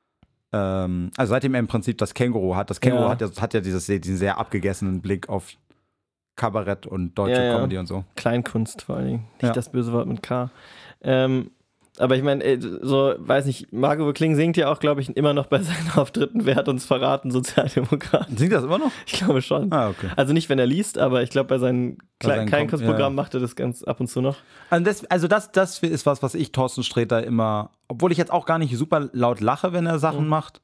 also seitdem er im Prinzip das Känguru hat hat ja diesen sehr abgegessenen Blick auf Kabarett und deutsche Comedy und so. Kleinkunst vor allen Dingen, nicht das böse Wort mit K. Aber ich meine, so, weiß nicht, Marco Kling singt ja auch, glaube ich, immer noch bei seinen Auftritten, wer hat uns verraten, Sozialdemokraten. Singt das immer noch? Ich glaube schon. Ah, okay. Also nicht, wenn er liest, aber ich glaube, bei seinen Kleinkunstprogrammen macht er das ganz ab und zu noch. Also das ist was ich Thorsten Sträter immer, obwohl ich jetzt auch gar nicht super laut lache, wenn er Sachen macht.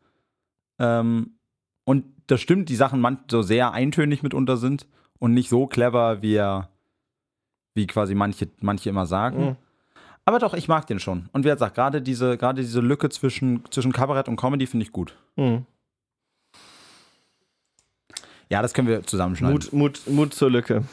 Und das stimmt, die Sachen so sehr eintönig mitunter sind und nicht so clever, wie quasi manche immer sagen. Aber doch, ich mag den schon. Und wie gesagt, gerade diese Lücke zwischen Kabarett und Comedy finde ich gut. Ja, das können wir zusammenschneiden. Mut zur Lücke.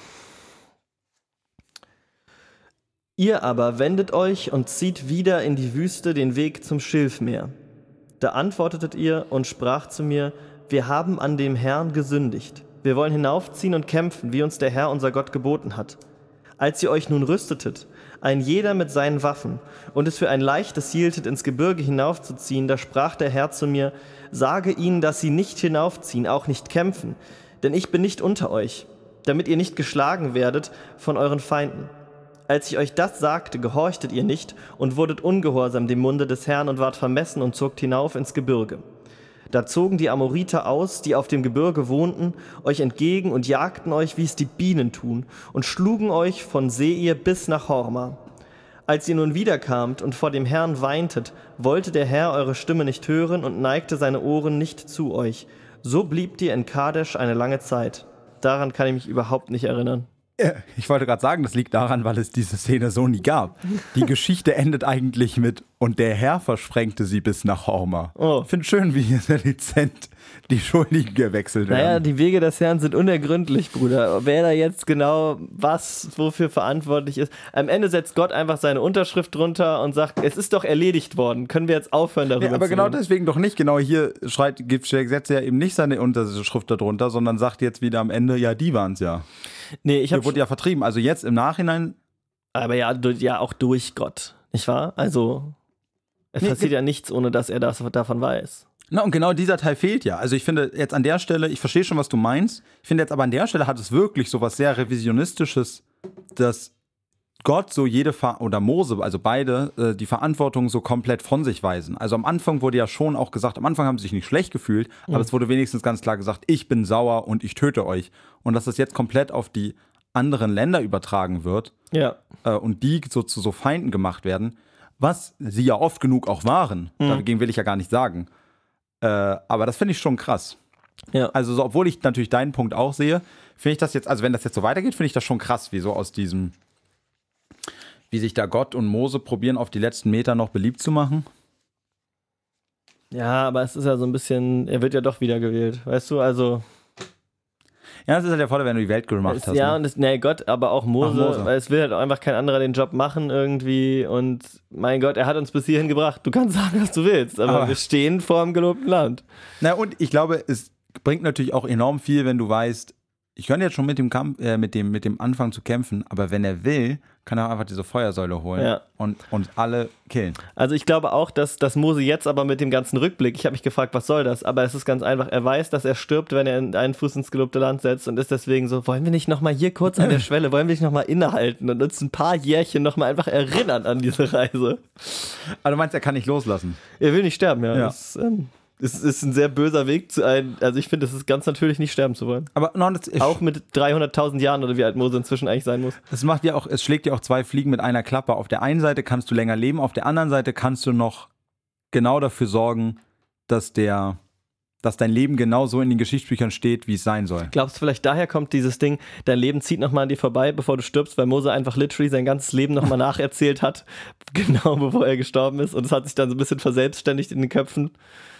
Ihr aber wendet euch und zieht wieder in die Wüste den Weg zum Schilfmeer. Da antwortetet ihr und sprach zu mir, wir haben an dem Herrn gesündigt. Wir wollen hinaufziehen und kämpfen, wie uns der Herr unser Gott geboten hat. Als ihr euch nun rüstetet, ein jeder mit seinen Waffen, und es für ein leichtes hieltet, ins Gebirge hinaufzuziehen, da sprach der Herr zu mir, sage ihnen, dass sie nicht hinaufziehen, auch nicht kämpfen, denn ich bin nicht unter euch, damit ihr nicht geschlagen werdet von euren Feinden. Als ich euch das sagte, gehorchtet ihr nicht und wurdet ungehorsam dem Munde des Herrn und wart vermessen und zogt hinauf ins Gebirge. Da zogen die Amoriter aus, die auf dem Gebirge wohnten, euch entgegen und jagten euch, wie es die Bienen tun, und schlugen euch von Seir bis nach Horma. Als ihr nun wiederkamt und vor dem Herrn weintet, wollte der Herr eure Stimme nicht hören und neigte seine Ohren nicht zu euch. So bliebt ihr in Kadesh eine lange Zeit. Daran kann ich mich überhaupt nicht erinnern. Ich wollte gerade sagen, das liegt daran, weil es diese Szene so nie gab. Die Geschichte endet eigentlich mit und der Herr versprengte sie bis nach Horma. Ich finde schön, wie hier sehr dezent die Schuldigen gewechselt werden. Naja, die Wege des Herrn sind unergründlich, Bruder. Wer da jetzt genau wofür verantwortlich ist. Am Ende setzt Gott einfach seine Unterschrift drunter und sagt, es ist doch erledigt worden. Können wir jetzt aufhören darüber zu reden? Aber genau deswegen doch nicht. Genau hier setzt er eben nicht seine Unterschrift darunter, sondern sagt jetzt wieder am Ende, ja, die waren es ja. Nee, der wurde ja vertrieben. Also jetzt im Nachhinein. Aber ja auch durch Gott, nicht wahr? Also es passiert ja nichts, ohne dass er davon weiß. Na, und genau dieser Teil fehlt ja. Also ich finde jetzt an der Stelle, ich verstehe schon, was du meinst. Ich finde jetzt aber an der Stelle hat es wirklich so was sehr Revisionistisches, dass Gott so oder Mose, also beide, die Verantwortung so komplett von sich weisen. Also am Anfang wurde ja schon auch gesagt, am Anfang haben sie sich nicht schlecht gefühlt, aber es wurde wenigstens ganz klar gesagt, ich bin sauer und ich töte euch. Und dass das jetzt komplett auf die anderen Länder übertragen wird und die so zu so Feinden gemacht werden, was sie ja oft genug auch waren. Dagegen will ich ja gar nicht sagen. Aber das finde ich schon krass. Ja. Also so, obwohl ich natürlich deinen Punkt auch sehe, finde ich das jetzt, also wenn das jetzt so weitergeht, finde ich das schon krass, wie so aus diesem, wie sich da Gott und Mose probieren, auf die letzten Meter noch beliebt zu machen. Ja, aber es ist ja so ein bisschen, er wird ja doch wiedergewählt, weißt du, also... Ja, das ist halt der Vorteil, wenn du die Welt gemacht hast. Ja, ne? Und Gott, aber auch Mose, weil es will halt auch einfach kein anderer den Job machen irgendwie und mein Gott, er hat uns bis hierhin gebracht. Du kannst sagen, was du willst, aber wir stehen vor dem gelobten Land. Na und ich glaube, es bringt natürlich auch enorm viel, wenn du weißt, ich könnte jetzt schon mit dem Kampf, mit dem Anfang zu kämpfen, aber wenn er will, kann er einfach diese Feuersäule holen und alle killen. Also ich glaube auch, dass Mose jetzt aber mit dem ganzen Rückblick, ich habe mich gefragt, was soll das? Aber es ist ganz einfach, er weiß, dass er stirbt, wenn er einen Fuß ins gelobte Land setzt und ist deswegen so, wollen wir nicht nochmal hier kurz an der Schwelle, wollen wir nicht nochmal innehalten und uns ein paar Jährchen nochmal einfach erinnern an diese Reise. Aber du meinst, er kann nicht loslassen? Er will nicht sterben, ja. Ja. Es ist ein sehr böser Weg zu einem, also ich finde, es ist ganz natürlich, nicht sterben zu wollen. Aber auch mit 300.000 Jahren oder wie alt Mose inzwischen eigentlich sein muss. Es schlägt ja auch zwei Fliegen mit einer Klappe. Auf der einen Seite kannst du länger leben, auf der anderen Seite kannst du noch genau dafür sorgen, dass dein Leben genau so in den Geschichtsbüchern steht, wie es sein soll. Glaubst du, vielleicht daher kommt dieses Ding, dein Leben zieht nochmal an dir vorbei, bevor du stirbst, weil Mose einfach literally sein ganzes Leben nochmal nacherzählt hat, genau bevor er gestorben ist und es hat sich dann so ein bisschen verselbstständigt in den Köpfen.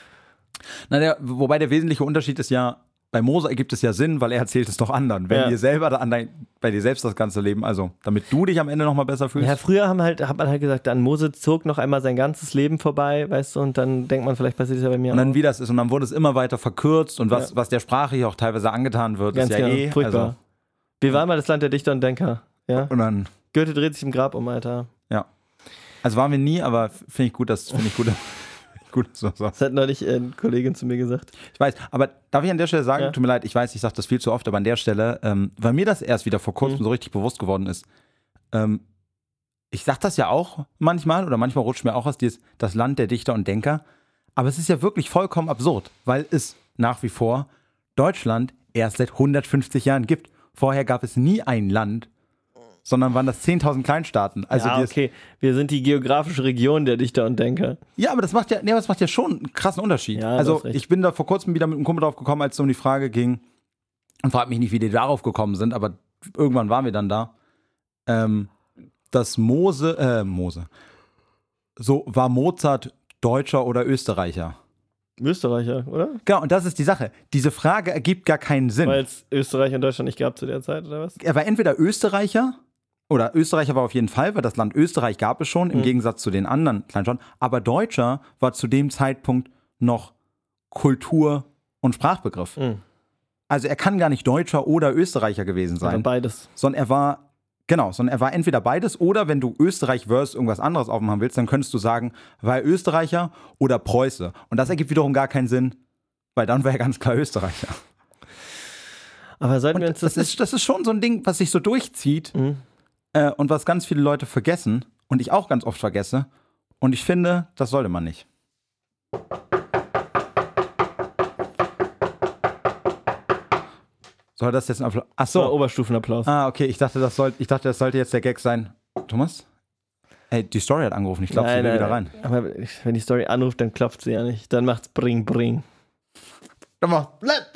Wobei der wesentliche Unterschied ist ja, bei Mose ergibt es ja Sinn, weil er erzählt es doch anderen. Wenn dir selber bei dir selbst das ganze Leben, also damit du dich am Ende nochmal besser fühlst. Ja, früher hat man halt gesagt, dann Mose zog noch einmal sein ganzes Leben vorbei, weißt du, und dann denkt man, vielleicht passiert es ja bei mir und dann auch. Wie das ist und dann wurde es immer weiter verkürzt und was der Sprache hier auch teilweise angetan wird, ganz ist ja furchtbar. Also, wir waren mal das Land der Dichter und Denker, ja. Und dann Goethe dreht sich im Grab um, Alter. Ja. Also waren wir nie, aber finde ich gut, dass gut, so. Das hat neulich eine Kollegin zu mir gesagt. Ich weiß, aber darf ich an der Stelle sagen, tut mir leid, ich weiß, ich sage das viel zu oft, aber an der Stelle, weil mir das erst wieder vor kurzem so richtig bewusst geworden ist, ich sage das ja auch manchmal, oder manchmal rutscht mir auch aus das Land der Dichter und Denker, aber es ist ja wirklich vollkommen absurd, weil es nach wie vor Deutschland erst seit 150 Jahren gibt. Vorher gab es nie ein Land, sondern waren das 10.000 Kleinstaaten. Also ja, okay, wir sind die geografische Region der Dichter und Denker. Ja, aber das macht ja schon einen krassen Unterschied. Ja, also ich bin da vor kurzem wieder mit einem Kumpel drauf gekommen, als es um die Frage ging, und frag mich nicht, wie die darauf gekommen sind, aber irgendwann waren wir dann da, dass Mose, so war Mozart Deutscher oder Österreicher? Österreicher, oder? Genau, und das ist die Sache. Diese Frage ergibt gar keinen Sinn. Weil es Österreich und Deutschland nicht gab zu der Zeit, oder was? Er war entweder Österreicher, oder Österreicher war auf jeden Fall, weil das Land Österreich gab es schon, im Gegensatz zu den anderen Kleinstaaten. Aber Deutscher war zu dem Zeitpunkt noch Kultur- und Sprachbegriff. Also er kann gar nicht Deutscher oder Österreicher gewesen sein. Oder beides. Sondern er war entweder beides oder wenn du Österreich versus irgendwas anderes aufmachen willst, dann könntest du sagen, war er Österreicher oder Preuße. Und das ergibt wiederum gar keinen Sinn, weil dann wäre er ganz klar Österreicher. Aber sollten wir uns das ist schon so ein Ding, was sich so durchzieht und was ganz viele Leute vergessen und ich auch ganz oft vergesse. Und ich finde, das sollte man nicht. Soll das jetzt ein Applaus? Achso. Oberstufenapplaus. Ah, okay. Ich dachte, das sollte jetzt der Gag sein. Thomas? Hey, die Story hat angerufen. Ich glaube, sie will wieder rein. Aber wenn die Story anruft, dann klopft sie ja nicht. Dann macht's bring, bring. Dann macht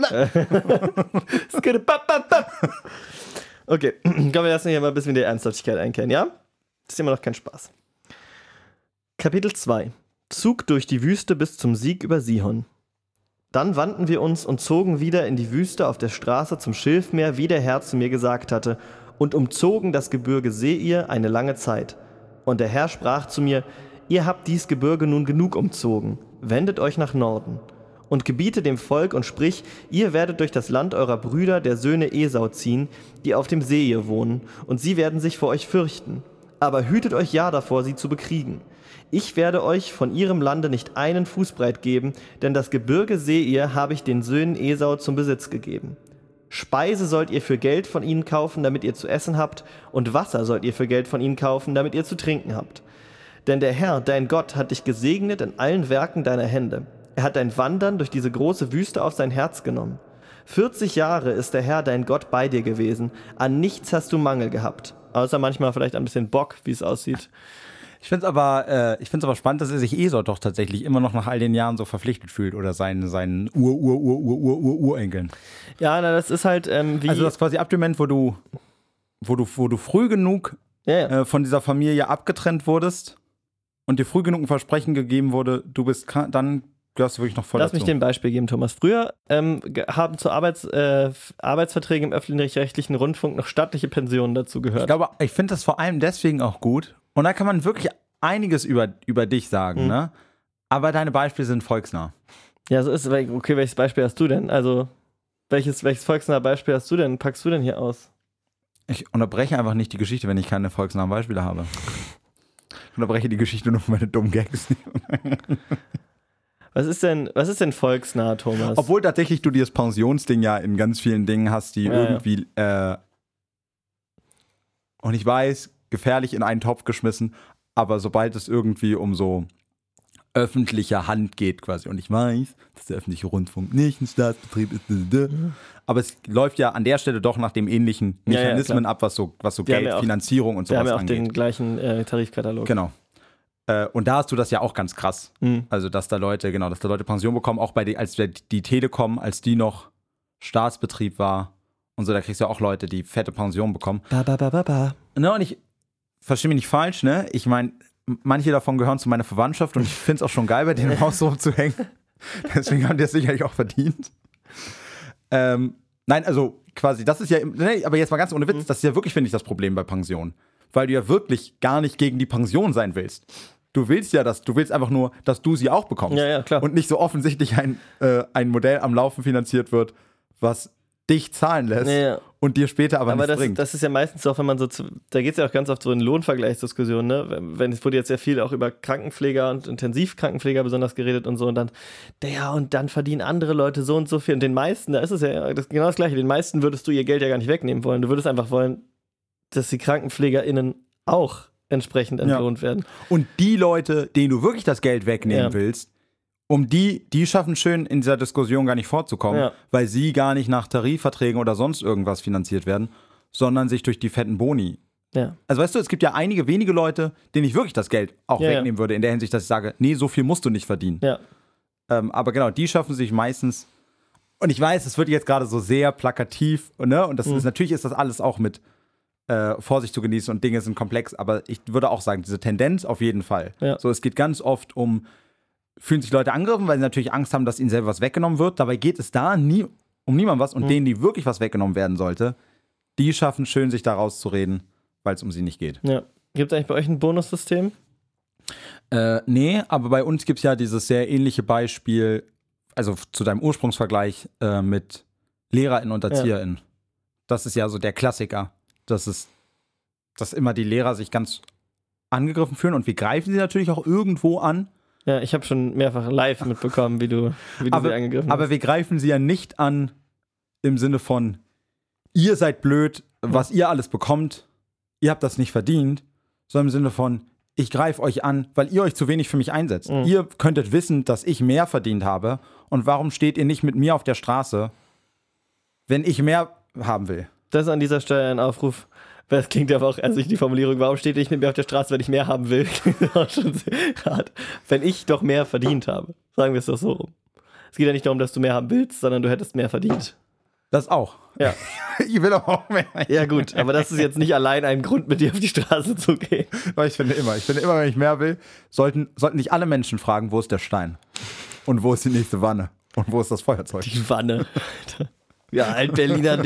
Okay, kommen wir lassen hier mal ein bisschen in die Ernsthaftigkeit einkehren, ja? Das ist immer noch kein Spaß. Kapitel 2. Zug durch die Wüste bis zum Sieg über Sihon. Dann wandten wir uns und zogen wieder in die Wüste auf der Straße zum Schilfmeer, wie der Herr zu mir gesagt hatte, und umzogen das Gebirge Seir eine lange Zeit. Und der Herr sprach zu mir, ihr habt dies Gebirge nun genug umzogen, wendet euch nach Norden. Und gebiete dem Volk und sprich, ihr werdet durch das Land eurer Brüder, der Söhne Esau, ziehen, die auf dem Seir wohnen, und sie werden sich vor euch fürchten. Aber hütet euch ja davor, sie zu bekriegen. Ich werde euch von ihrem Lande nicht einen Fußbreit geben, denn das Gebirge Seir habe ich den Söhnen Esau zum Besitz gegeben. Speise sollt ihr für Geld von ihnen kaufen, damit ihr zu essen habt, und Wasser sollt ihr für Geld von ihnen kaufen, damit ihr zu trinken habt. Denn der Herr, dein Gott, hat dich gesegnet in allen Werken deiner Hände. Er hat dein Wandern durch diese große Wüste auf sein Herz genommen. 40 Jahre ist der Herr, dein Gott, bei dir gewesen. An nichts hast du Mangel gehabt. Außer manchmal vielleicht ein bisschen Bock, wie es aussieht. Ich finde es aber spannend, dass er sich Esau doch tatsächlich immer noch nach all den Jahren so verpflichtet fühlt oder seinen Urenkeln. Ja, na, das ist halt wie... Also das ist quasi ab dem Moment, wo du früh genug von dieser Familie abgetrennt wurdest und dir früh genug ein Versprechen gegeben wurde, dann gehörst du wirklich noch voll Lass dazu. mich dir ein Beispiel geben, Thomas. Früher haben zu Arbeitsverträgen im öffentlich-rechtlichen Rundfunk noch staatliche Pensionen dazu gehört. Ich finde das vor allem deswegen auch gut. Und da kann man wirklich einiges über dich sagen, ne? Aber deine Beispiele sind volksnah. Ja, so ist es. Okay, welches Beispiel hast du denn? Also, welches volksnahe Beispiel hast du denn? Packst du denn hier aus? Ich unterbreche einfach nicht die Geschichte, wenn ich keine volksnahen Beispiele habe. Ich unterbreche die Geschichte nur für meine dummen Gags. Was ist denn volksnah, Thomas? Obwohl tatsächlich du das Pensionsding ja in ganz vielen Dingen hast, die irgendwie, und ich weiß, gefährlich in einen Topf geschmissen, aber sobald es irgendwie um so öffentliche Hand geht quasi, und ich weiß, dass der öffentliche Rundfunk nicht ein Staatsbetrieb ist, aber es läuft ja an der Stelle doch nach dem ähnlichen Mechanismen ab, was so Geld, Finanzierung und sowas angeht. Wir haben ja auch den gleichen Tarifkatalog. Genau. Und da hast du das ja auch ganz krass. Also, dass da Leute Pension bekommen, auch als die Telekom, als die noch Staatsbetrieb war und so, da kriegst du ja auch Leute, die fette Pension bekommen. Ne, und ich verstehe mich nicht falsch, ne? Ich meine, manche davon gehören zu meiner Verwandtschaft und ich finde es auch schon geil, bei denen im Haus so rumzuhängen. Deswegen haben die es sicherlich auch verdient. Nein, also quasi, das ist ja, aber jetzt mal ganz ohne Witz, das ist ja wirklich, finde ich, das Problem bei Pension. Weil du ja wirklich gar nicht gegen die Pension sein willst. Du willst einfach nur, dass du sie auch bekommst. Ja, klar. Und nicht so offensichtlich ein Modell am Laufen finanziert wird, was dich zahlen lässt und dir später aber nichts bringt. Das ist ja meistens so, wenn man so, da geht es ja auch ganz oft so in Lohnvergleichsdiskussionen, ne? Es wurde jetzt sehr viel auch über Krankenpfleger und Intensivkrankenpfleger besonders geredet und so, und dann verdienen andere Leute so und so viel, und den meisten, da ist es ja genau das Gleiche, den meisten würdest du ihr Geld ja gar nicht wegnehmen wollen, du würdest einfach wollen, dass die KrankenpflegerInnen auch entsprechend entlohnt werden. Und die Leute, denen du wirklich das Geld wegnehmen willst, die schaffen schön in dieser Diskussion gar nicht vorzukommen, weil sie gar nicht nach Tarifverträgen oder sonst irgendwas finanziert werden, sondern sich durch die fetten Boni. Ja. Also weißt du, es gibt ja einige wenige Leute, denen ich wirklich das Geld auch wegnehmen würde, in der Hinsicht, dass ich sage, nee, so viel musst du nicht verdienen. Ja. Aber genau, die schaffen sich meistens, und ich weiß, es wird jetzt gerade so sehr plakativ, ne? Und das ist, natürlich ist das alles auch mit Vorsicht zu genießen und Dinge sind komplex, aber ich würde auch sagen, diese Tendenz auf jeden Fall. Ja. So, es geht ganz oft fühlen sich Leute angegriffen, weil sie natürlich Angst haben, dass ihnen selber was weggenommen wird. Dabei geht es da nie um niemandem was. Und denen, die wirklich was weggenommen werden sollte, die schaffen schön, sich da rauszureden, weil es um sie nicht geht. Ja. Gibt es eigentlich bei euch ein Bonussystem? Nee, aber bei uns gibt es ja dieses sehr ähnliche Beispiel, also zu deinem Ursprungsvergleich mit LehrerInnen und ErzieherInnen. Das ist ja so der Klassiker, dass immer die Lehrer sich ganz angegriffen fühlen, und wir greifen sie natürlich auch irgendwo an. Ja, ich habe schon mehrfach live mitbekommen, wie du sie angegriffen hast. Aber wir greifen sie ja nicht an im Sinne von, ihr seid blöd, was ihr alles bekommt, ihr habt das nicht verdient, sondern im Sinne von, ich greife euch an, weil ihr euch zu wenig für mich einsetzt. Ihr könntet wissen, dass ich mehr verdient habe, und warum steht ihr nicht mit mir auf der Straße, wenn ich mehr haben will? Das ist an dieser Stelle ein Aufruf. Das klingt aber auch, also die Formulierung, warum steht ihr nicht mit mir auf der Straße, wenn ich mehr haben will? Klingt auch schon sehr hart. Wenn ich doch mehr verdient habe. Sagen wir es doch so rum. Es geht ja nicht darum, dass du mehr haben willst, sondern du hättest mehr verdient. Das auch. Ja. Ich will auch mehr. Ja gut, aber das ist jetzt nicht allein ein Grund, mit dir auf die Straße zu gehen. Weil ich finde immer, wenn ich mehr will, sollten nicht alle Menschen fragen, wo ist der Stein? Und wo ist die nächste Wanne? Und wo ist das Feuerzeug? Die Wanne. Ja, Alt-Berliner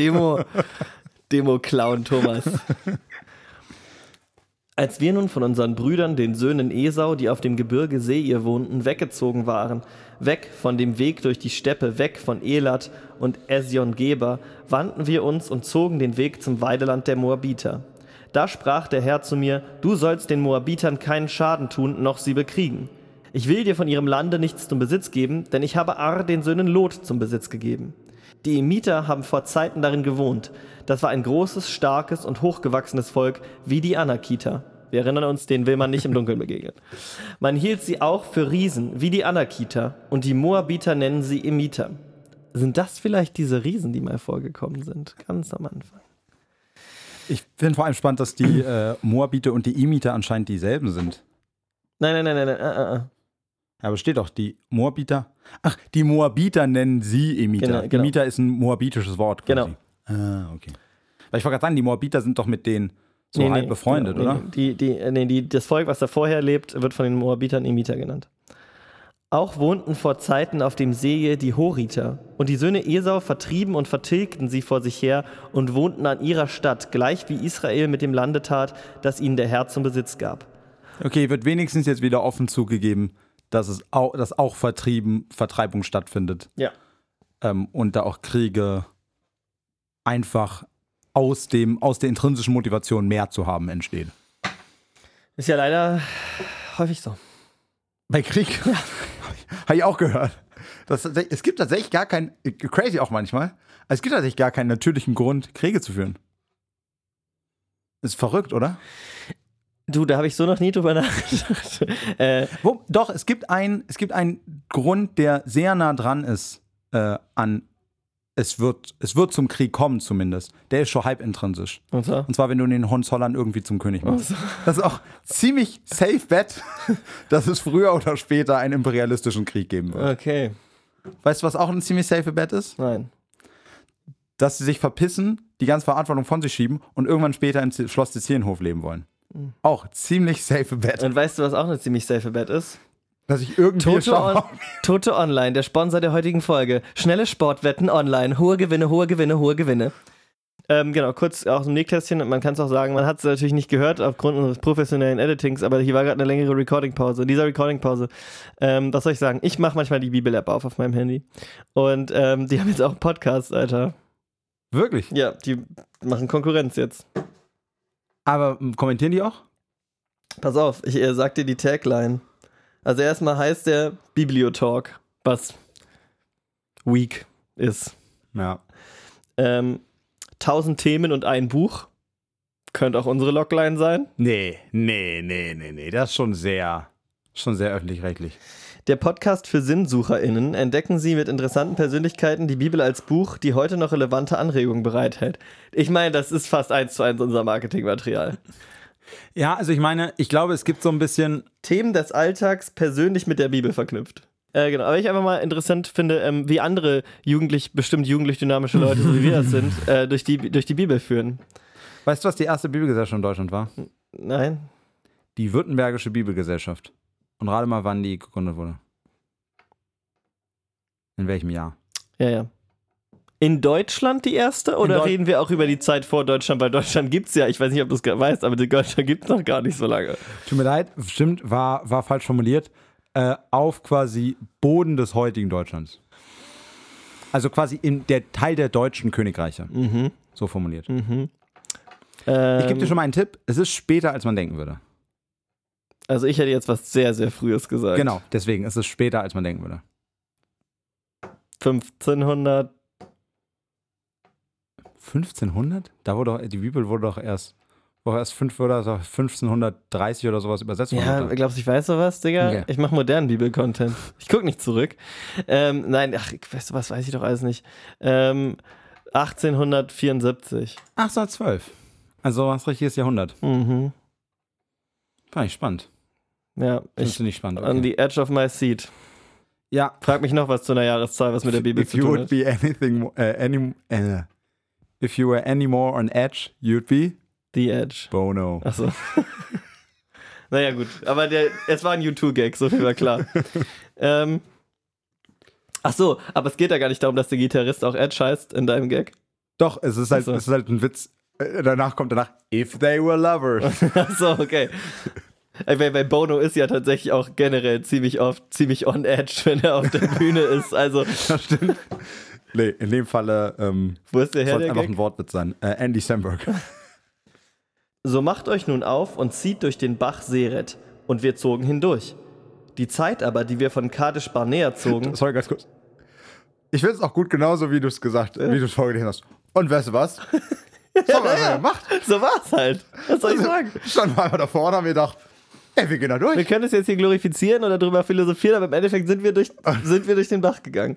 Demo-Clown Thomas. Als wir nun von unseren Brüdern, den Söhnen Esau, die auf dem Gebirge Seir wohnten, weggezogen waren, weg von dem Weg durch die Steppe, weg von Elat und Esion-Geber, wandten wir uns und zogen den Weg zum Weideland der Moabiter. Da sprach der Herr zu mir, du sollst den Moabitern keinen Schaden tun, noch sie bekriegen. Ich will dir von ihrem Lande nichts zum Besitz geben, denn ich habe Ar den Söhnen Lot zum Besitz gegeben. Die Emiter haben vor Zeiten darin gewohnt. Das war ein großes, starkes und hochgewachsenes Volk, wie die Anakiter. Wir erinnern uns, denen will man nicht im Dunkeln begegnen. Man hielt sie auch für Riesen, wie die Anakiter, und die Moabiter nennen sie Emiter. Sind das vielleicht diese Riesen, die mal vorgekommen sind? Ganz am Anfang. Ich finde vor allem spannend, dass die Moabiter und die Emiter anscheinend dieselben sind. Nein. Ja, aber steht doch, die Moabiter. Ach, die Moabiter nennen sie Emiter. Genau. Emiter ist ein moabitisches Wort quasi. Genau. Okay. Weil ich wollte gerade sagen, die Moabiter sind doch mit denen halb befreundet, genau, oder? Das Volk, was da vorher lebt, wird von den Moabitern Emiter genannt. Auch wohnten vor Zeiten auf dem See die Horiter. Und die Söhne Esau vertrieben und vertilgten sie vor sich her und wohnten an ihrer Stadt, gleich wie Israel mit dem Lande tat, das ihnen der Herr zum Besitz gab. Okay, wird wenigstens jetzt wieder offen zugegeben, dass auch Vertreibung stattfindet. Ja. Und da auch Kriege einfach aus der intrinsischen Motivation mehr zu haben entstehen. Ist ja leider häufig so. Bei Krieg? Ja. Habe ich auch gehört. Es gibt tatsächlich gar keinen, crazy auch manchmal, es gibt tatsächlich gar keinen natürlichen Grund, Kriege zu führen. Ist verrückt, oder? Du, da habe ich so noch nie drüber nachgedacht. Doch, es gibt einen Grund, der sehr nah dran ist an es wird zum Krieg kommen zumindest. Der ist schon halb intrinsisch. Und zwar, wenn du den Hohenzollern irgendwie zum König machst. Das ist auch ziemlich safe bet, dass es früher oder später einen imperialistischen Krieg geben wird. Okay. Weißt du, was auch ein ziemlich safe bet ist? Nein. Dass sie sich verpissen, die ganze Verantwortung von sich schieben und irgendwann später im Schloss Tessienhof leben wollen. Auch ziemlich safe bet. Und weißt du, was auch eine ziemlich safe bet ist? Dass ich irgendwie Toto Online, der Sponsor der heutigen Folge. Schnelle Sportwetten online. Hohe Gewinne, hohe Gewinne, hohe Gewinne. Genau, kurz aus dem Nähkästchen. Man kann es auch sagen, man hat es natürlich nicht gehört aufgrund unseres professionellen Editings, aber hier war gerade eine längere Recording-Pause. In dieser Recording-Pause, was soll ich sagen? Ich mache manchmal die Bibel-App auf meinem Handy. Und die haben jetzt auch einen Podcast, Alter. Wirklich? Ja, die machen Konkurrenz jetzt. Aber kommentieren die auch? Pass auf, ich sag dir die Tagline. Also erstmal heißt der Bibliotalk, was weak ist. Ja. 1000 Themen und ein Buch. Könnte auch unsere Logline sein. Nee. Das ist schon sehr öffentlich-rechtlich. Der Podcast für SinnsucherInnen. Entdecken Sie mit interessanten Persönlichkeiten die Bibel als Buch, die heute noch relevante Anregungen bereithält. Ich meine, das ist fast 1:1 unser Marketingmaterial. Ja, also ich glaube, es gibt so ein bisschen Themen des Alltags persönlich mit der Bibel verknüpft. Genau, aber ich einfach mal interessant finde, wie andere bestimmt jugendlich dynamische Leute, so wie wir das sind, durch die Bibel führen. Weißt du, was die erste Bibelgesellschaft in Deutschland war? Nein. Die Württembergische Bibelgesellschaft. Und rate mal, wann die gegründet wurde. In welchem Jahr? Ja. In Deutschland die erste? Oder reden wir auch über die Zeit vor Deutschland? Weil Deutschland gibt's ja, ich weiß nicht, ob du es weißt, aber Deutschland gibt's noch gar nicht so lange. Tut mir leid, stimmt, war falsch formuliert. Auf quasi Boden des heutigen Deutschlands. Also quasi in der Teil der deutschen Königreiche. Mhm. So formuliert. Mhm. Ich gebe dir schon mal einen Tipp. Es ist später, als man denken würde. Also ich hätte jetzt was sehr, sehr Frühes gesagt. Genau, deswegen ist es später, als man denken würde. 1500? Da die Bibel wurde doch erst 1530 oder sowas übersetzt. Ja, glaubst du, ich weiß sowas, Digga? Okay. Ich mache modernen Bibel-Content. Ich gucke nicht zurück. Nein, weißt du was, weiß ich doch alles nicht. 1874. 1812. Also das richtiges Jahrhundert. Mhm. Fand ich spannend. Ja, Findest du nicht spannend? Okay. On the edge of my seat. Ja. Frag mich noch was zu einer Jahreszahl, was mit der Bibel zu tun hat. If you were any more on edge, you'd be The Edge. Bono. Achso. Naja, gut. Aber es war ein U2-Gag, so viel war klar. Achso, aber es geht ja gar nicht darum, dass der Gitarrist auch Edge heißt in deinem Gag. Doch, es ist halt ein Witz. Danach kommt if they were lovers. Achso, okay. Weil Bono ist ja tatsächlich auch generell ziemlich oft ziemlich on edge, wenn er auf der Bühne ist. Also. Das stimmt. Nee, in dem Falle wo ist der her, soll der einfach Gag? ein Wortwitz sein. Andy Samberg. So macht euch nun auf und zieht durch den Bach Seret. Und wir zogen hindurch. Die Zeit aber, die wir von Kadesh Barnea zogen... Sorry, ganz kurz. Ich finde es auch gut, genauso wie du es wie du es vorgelesen hast. Und weißt du was? Das haben wir einfach gemacht. So war's halt. Was soll ich sagen? Standen wir einmal davor und haben gedacht, ey, wir gehen da durch. Wir können es jetzt hier glorifizieren oder darüber philosophieren, aber im Endeffekt sind wir durch den Bach gegangen.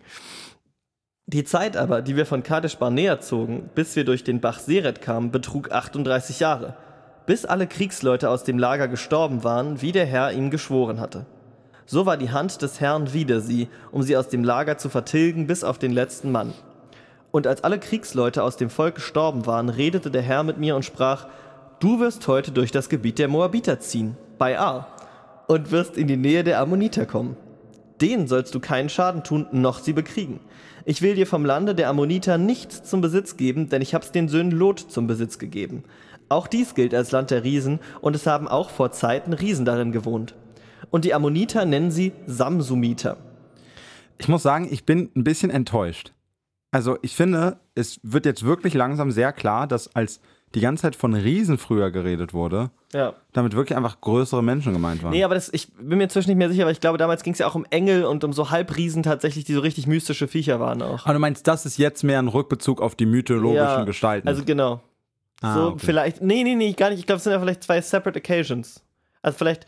Die Zeit aber, die wir von Kadesh Barnea zogen, bis wir durch den Bach Seret kamen, betrug 38 Jahre. Bis alle Kriegsleute aus dem Lager gestorben waren, wie der Herr ihm geschworen hatte. So war die Hand des Herrn wider sie, um sie aus dem Lager zu vertilgen bis auf den letzten Mann. Und als alle Kriegsleute aus dem Volk gestorben waren, redete der Herr mit mir und sprach: Du wirst heute durch das Gebiet der Moabiter ziehen, bei Ar, und wirst in die Nähe der Ammoniter kommen. Denen sollst du keinen Schaden tun, noch sie bekriegen. Ich will dir vom Lande der Ammoniter nichts zum Besitz geben, denn ich hab's den Söhnen Lot zum Besitz gegeben. Auch dies gilt als Land der Riesen, und es haben auch vor Zeiten Riesen darin gewohnt. Und die Ammoniter nennen sie Samsumiter. Ich muss sagen, ich bin ein bisschen enttäuscht. Also ich finde, es wird jetzt wirklich langsam sehr klar, dass als die ganze Zeit von Riesen früher geredet wurde, damit wirklich einfach größere Menschen gemeint waren. Nee, aber ich bin mir inzwischen nicht mehr sicher, weil ich glaube, damals ging es ja auch um Engel und um so Halbriesen tatsächlich, die so richtig mystische Viecher waren auch. Aber du meinst, das ist jetzt mehr ein Rückbezug auf die mythologischen Gestalten? Also genau. Okay. Vielleicht, nee, gar nicht. Ich glaube, es sind ja vielleicht zwei separate occasions. Also vielleicht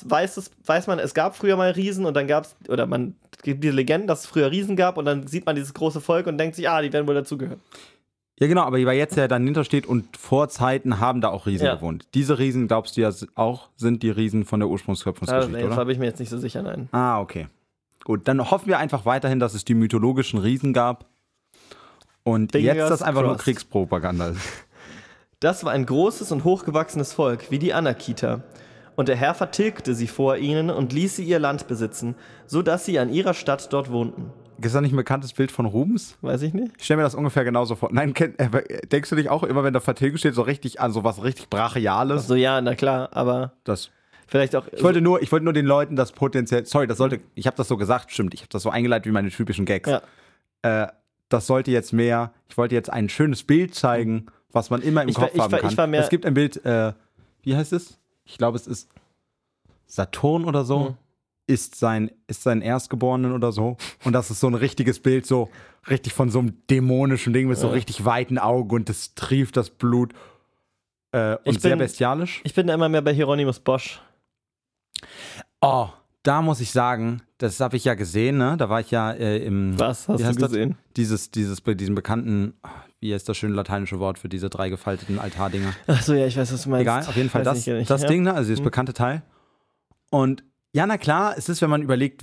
weiß man, es gab früher mal Riesen und dann gibt diese Legenden, dass es früher Riesen gab und dann sieht man dieses große Volk und denkt sich, die werden wohl dazugehören. Ja, genau, aber weil jetzt ja dann hintersteht und vor Zeiten haben da auch Riesen gewohnt. Diese Riesen, glaubst du ja auch, sind die Riesen von der Ursprungsschöpfungsgeschichte, oder? Da bin ich mir jetzt nicht so sicher, nein. Okay. Gut, dann hoffen wir einfach weiterhin, dass es die mythologischen Riesen gab und jetzt das einfach nur Kriegspropaganda ist. Das war ein großes und hochgewachsenes Volk, wie die Anakiter. Und der Herr vertilgte sie vor ihnen und ließ sie ihr Land besitzen, so dass sie an ihrer Stadt dort wohnten. Ist das nicht ein bekanntes Bild von Rubens? Weiß ich nicht. Ich stelle mir das ungefähr genauso vor. Nein, denkst du dich auch immer, wenn da Vertilgung steht, so richtig an so was richtig Brachiales? Ach so, ja, na klar, aber das vielleicht auch... Ich wollte nur den Leuten das potenziell... Sorry, ich habe das so gesagt, stimmt. Ich habe das so eingeleitet wie meine typischen Gags. Ja. Das sollte jetzt mehr... Ich wollte jetzt ein schönes Bild zeigen, was man immer im Kopf haben kann. Es gibt ein Bild, wie heißt es? Ich glaube, es ist Saturn oder so. Ist sein Erstgeborenen oder so. Und das ist so ein richtiges Bild, so richtig von so einem dämonischen Ding mit so richtig weiten Augen und das trieft das Blut. Und sehr bestialisch. Ich bin da immer mehr bei Hieronymus Bosch. Oh, da muss ich sagen, das habe ich ja gesehen, ne? Da war ich ja im... Was hast du gesehen? Diesen bekannten, wie heißt das schöne lateinische Wort für diese 3 gefalteten Altardinger? Ach so, ja, ich weiß, was du meinst. Egal, auf jeden Fall das Ding, ne? Also dieses bekannte Teil. Und ja, na klar, es ist, wenn man überlegt,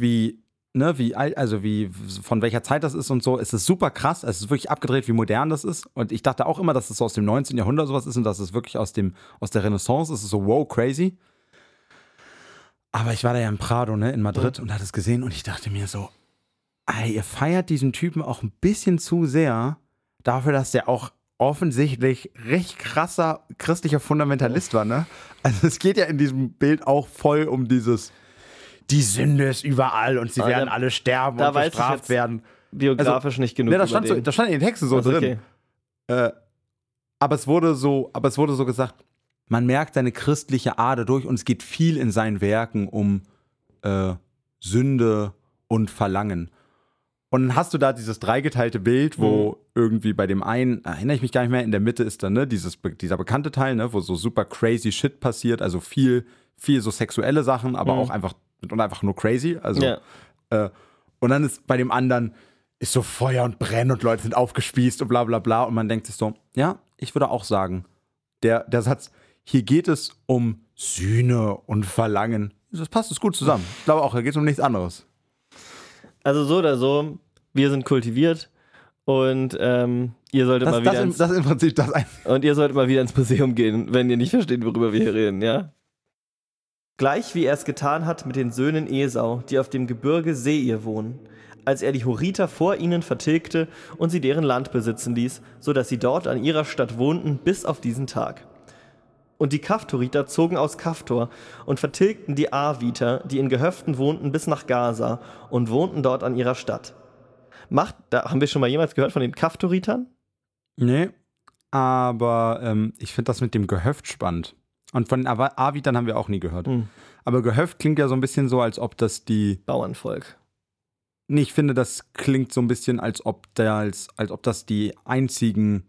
von welcher Zeit das ist und so, es ist super krass, es ist wirklich abgedreht, wie modern das ist. Und ich dachte auch immer, dass es so aus dem 19. Jahrhundert sowas ist und dass es wirklich aus der Renaissance ist. Es ist so, wow, crazy. Aber ich war da ja in Prado, ne, in Madrid und hatte es gesehen und ich dachte mir so, ihr feiert diesen Typen auch ein bisschen zu sehr dafür, dass der auch offensichtlich recht krasser christlicher Fundamentalist war, ne? Also es geht ja in diesem Bild auch voll um die Sünde ist überall und sie werden alle sterben und bestraft werden. Biografisch nicht genug. Ne, das stand in den Texten so drin. Okay. Aber es wurde so gesagt, man merkt seine christliche Ader durch und es geht viel in seinen Werken um Sünde und Verlangen. Und dann hast du da dieses dreigeteilte Bild, wo irgendwie bei dem einen, erinnere ich mich gar nicht mehr, in der Mitte ist dann dieser bekannte Teil, ne, wo so super crazy Shit passiert, also viel so sexuelle Sachen, aber auch einfach nur crazy. Also, und dann ist bei dem anderen ist so Feuer und Brennen und Leute sind aufgespießt und bla bla bla. Und man denkt sich so, ja, ich würde auch sagen, der Satz, hier geht es um Sühne und Verlangen. Das passt es gut zusammen. Ich glaube auch, hier geht es um nichts anderes. Also so oder so, wir sind kultiviert und ihr solltet mal wieder das ist im Prinzip das und ihr solltet mal wieder ins Museum gehen, wenn ihr nicht versteht, worüber wir hier reden, ja? Gleich wie er es getan hat mit den Söhnen Esau, die auf dem Gebirge Seir wohnen, als er die Horiter vor ihnen vertilgte und sie deren Land besitzen ließ, so dass sie dort an ihrer Stadt wohnten bis auf diesen Tag. Und die Kaftoriter zogen aus Kaftor und vertilgten die Arviter, die in Gehöften wohnten, bis nach Gaza und wohnten dort an ihrer Stadt. Haben wir schon mal jemals gehört von den Kaftoritern? Nee, aber ich finde das mit dem Gehöft spannend. Und von den Avitern haben wir auch nie gehört. Aber Gehöft klingt ja so ein bisschen so, als ob das die... Bauernvolk. Nee, ich finde, das klingt so ein bisschen, als ob das die einzigen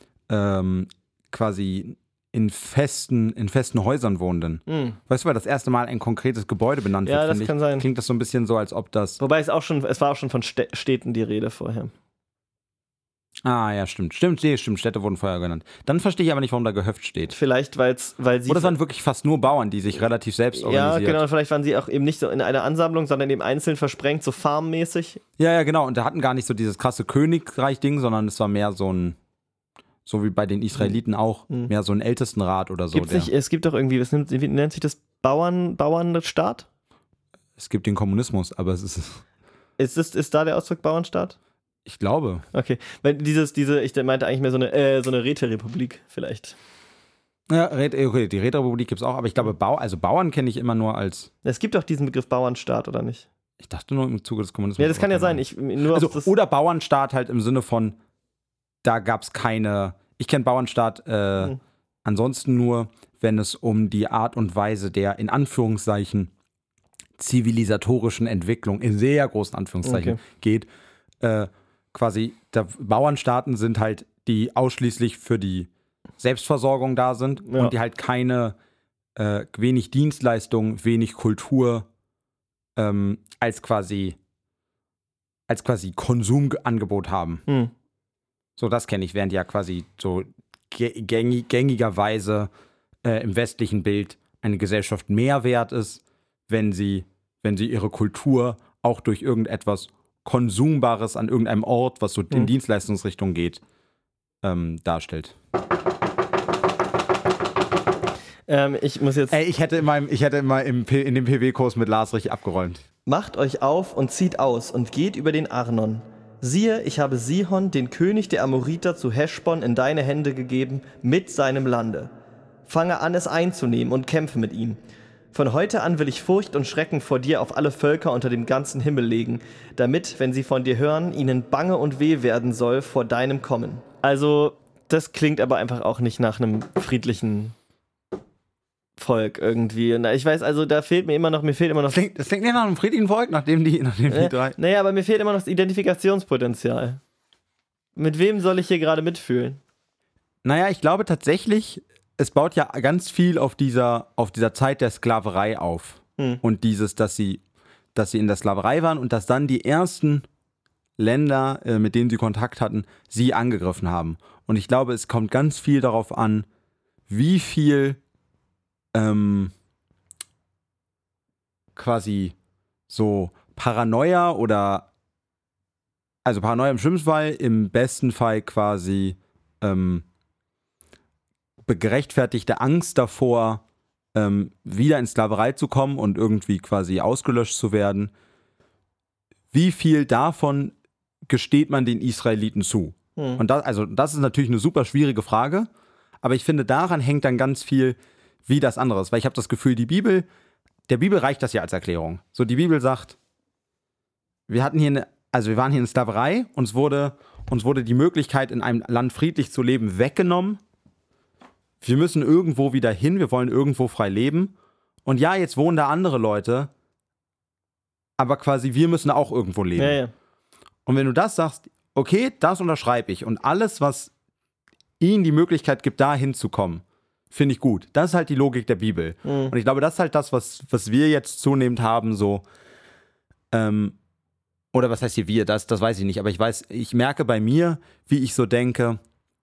quasi in festen Häusern wohnenden. Weißt du, weil das erste Mal ein konkretes Gebäude benannt wird, das kann sein. Klingt das so ein bisschen so, als ob das... Wobei es war auch schon von Städten die Rede vorher. Ah, ja, stimmt. Städte wurden vorher genannt. Dann verstehe ich aber nicht, warum da Gehöft steht. Vielleicht, weil sie... Oder es waren wirklich fast nur Bauern, die sich relativ selbst organisiert. Ja, genau. Vielleicht waren sie auch eben nicht so in einer Ansammlung, sondern eben einzeln versprengt, so farmmäßig. Ja, genau. Und da hatten gar nicht so dieses krasse Königreich-Ding, sondern es war mehr so wie bei den Israeliten auch, mehr so ein Ältestenrat oder so. Es gibt doch irgendwie, wie nennt sich das? Bauernstaat? Es gibt den Kommunismus, aber es ist... Ist da der Ausdruck Bauernstaat? Ich glaube. Okay, weil ich meinte eigentlich mehr so eine Räterepublik vielleicht. Ja, okay, die Räterepublik gibt es auch, aber ich glaube, Bauern kenne ich immer nur als... Es gibt doch diesen Begriff Bauernstaat, oder nicht? Ich dachte nur im Zuge des Kommunismus. Ja, das kann ja sein. Oder Bauernstaat halt im Sinne von, da gab es keine... Ich kenne Bauernstaat ansonsten nur, wenn es um die Art und Weise der, in Anführungszeichen, zivilisatorischen Entwicklung, in sehr großen Anführungszeichen, geht. Quasi, Bauernstaaten sind halt, die ausschließlich für die Selbstversorgung da sind und die halt keine, wenig Dienstleistung, wenig Kultur als quasi Konsumangebot haben. So, das kenne ich, während ja quasi so gängigerweise im westlichen Bild eine Gesellschaft mehr wert ist, wenn sie ihre Kultur auch durch irgendetwas Konsumbares an irgendeinem Ort, was so in Dienstleistungsrichtung geht, darstellt. Ich muss jetzt... Ich hätte immer in dem PW-Kurs mit Lars richtig abgeräumt. Macht euch auf und zieht aus und geht über den Arnon. Siehe, ich habe Sihon, den König der Amoriter, zu Heschbon in deine Hände gegeben, mit seinem Lande. Fange an, es einzunehmen und kämpfe mit ihm. Von heute an will ich Furcht und Schrecken vor dir auf alle Völker unter dem ganzen Himmel legen, damit, wenn sie von dir hören, ihnen bange und weh werden soll vor deinem Kommen. Also, das klingt aber einfach auch nicht nach einem friedlichen Volk irgendwie. Und ich weiß, also da fehlt mir immer noch... Das klingt nicht nach einem friedlichen Volk, nachdem die drei... Naja, aber mir fehlt immer noch das Identifikationspotenzial. Mit wem soll ich hier gerade mitfühlen? Naja, ich glaube tatsächlich... Es baut ja ganz viel auf dieser Zeit der Sklaverei auf. Und dass sie in der Sklaverei waren und dass dann die ersten Länder, mit denen sie Kontakt hatten, sie angegriffen haben. Und ich glaube, es kommt ganz viel darauf an, wie viel quasi so Paranoia also Paranoia im schlimmsten Fall, im besten Fall quasi gerechtfertigte Angst davor, wieder in Sklaverei zu kommen und irgendwie quasi ausgelöscht zu werden. Wie viel davon gesteht man den Israeliten zu? Und das ist natürlich eine super schwierige Frage, aber ich finde, daran hängt dann ganz viel wie das andere ist, weil ich habe das Gefühl, der Bibel reicht das ja als Erklärung. So, die Bibel sagt, wir waren hier in Sklaverei, uns wurde die Möglichkeit, in einem Land friedlich zu leben, weggenommen. Wir müssen irgendwo wieder hin, wir wollen irgendwo frei leben. Und ja, jetzt wohnen da andere Leute, aber quasi wir müssen auch irgendwo leben. Ja. Und wenn du das sagst, okay, das unterschreibe ich. Und alles, was ihnen die Möglichkeit gibt, da hinzukommen, finde ich gut. Das ist halt die Logik der Bibel. Und ich glaube, das ist halt das, was wir jetzt zunehmend haben, so, oder was heißt hier wir, das weiß ich nicht, aber ich merke bei mir, wie ich so denke,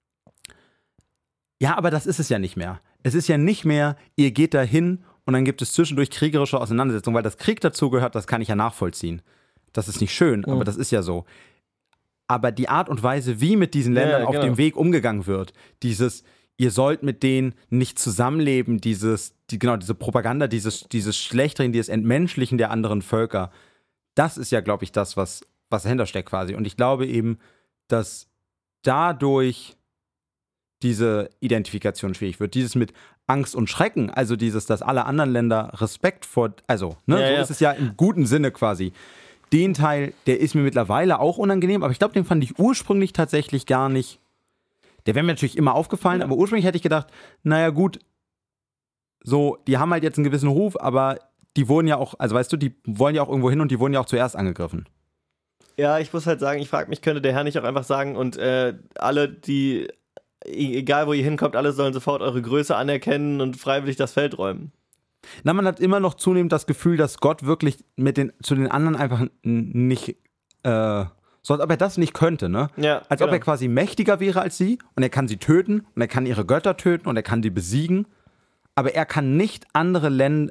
ja, aber das ist es ja nicht mehr. Es ist ja nicht mehr, ihr geht da hin und dann gibt es zwischendurch kriegerische Auseinandersetzungen, weil das Krieg dazu gehört, das kann ich ja nachvollziehen. Das ist nicht schön, aber das ist ja so. Aber die Art und Weise, wie mit diesen Ländern auf dem Weg umgegangen wird, ihr sollt mit denen nicht zusammenleben, diese Propaganda, dieses Schlechtreden, dieses Entmenschlichen der anderen Völker, das ist ja, glaube ich, das, was dahinter steckt quasi. Und ich glaube eben, dass dadurch diese Identifikation schwierig wird. Dieses mit Angst und Schrecken, also dass alle anderen Länder Respekt vor, so ist es ja im guten Sinne quasi. Den Teil, der ist mir mittlerweile auch unangenehm, aber ich glaube, den fand ich ursprünglich tatsächlich gar nicht. Der wäre mir natürlich immer aufgefallen, aber ursprünglich hätte ich gedacht, naja gut, so, die haben halt jetzt einen gewissen Ruf, aber die wurden ja auch, also weißt du, die wollen ja auch irgendwo hin und die wurden ja auch zuerst angegriffen. Ja, ich muss halt sagen, ich frage mich, könnte der Herr nicht auch einfach sagen und alle, die, egal wo ihr hinkommt, alle sollen sofort eure Größe anerkennen und freiwillig das Feld räumen? Na, man hat immer noch zunehmend das Gefühl, dass Gott wirklich zu den anderen einfach nicht, so als ob er das nicht könnte, ne? Ja, als ob er quasi mächtiger wäre als sie und er kann sie töten und er kann ihre Götter töten und er kann die besiegen. Aber er kann nicht andere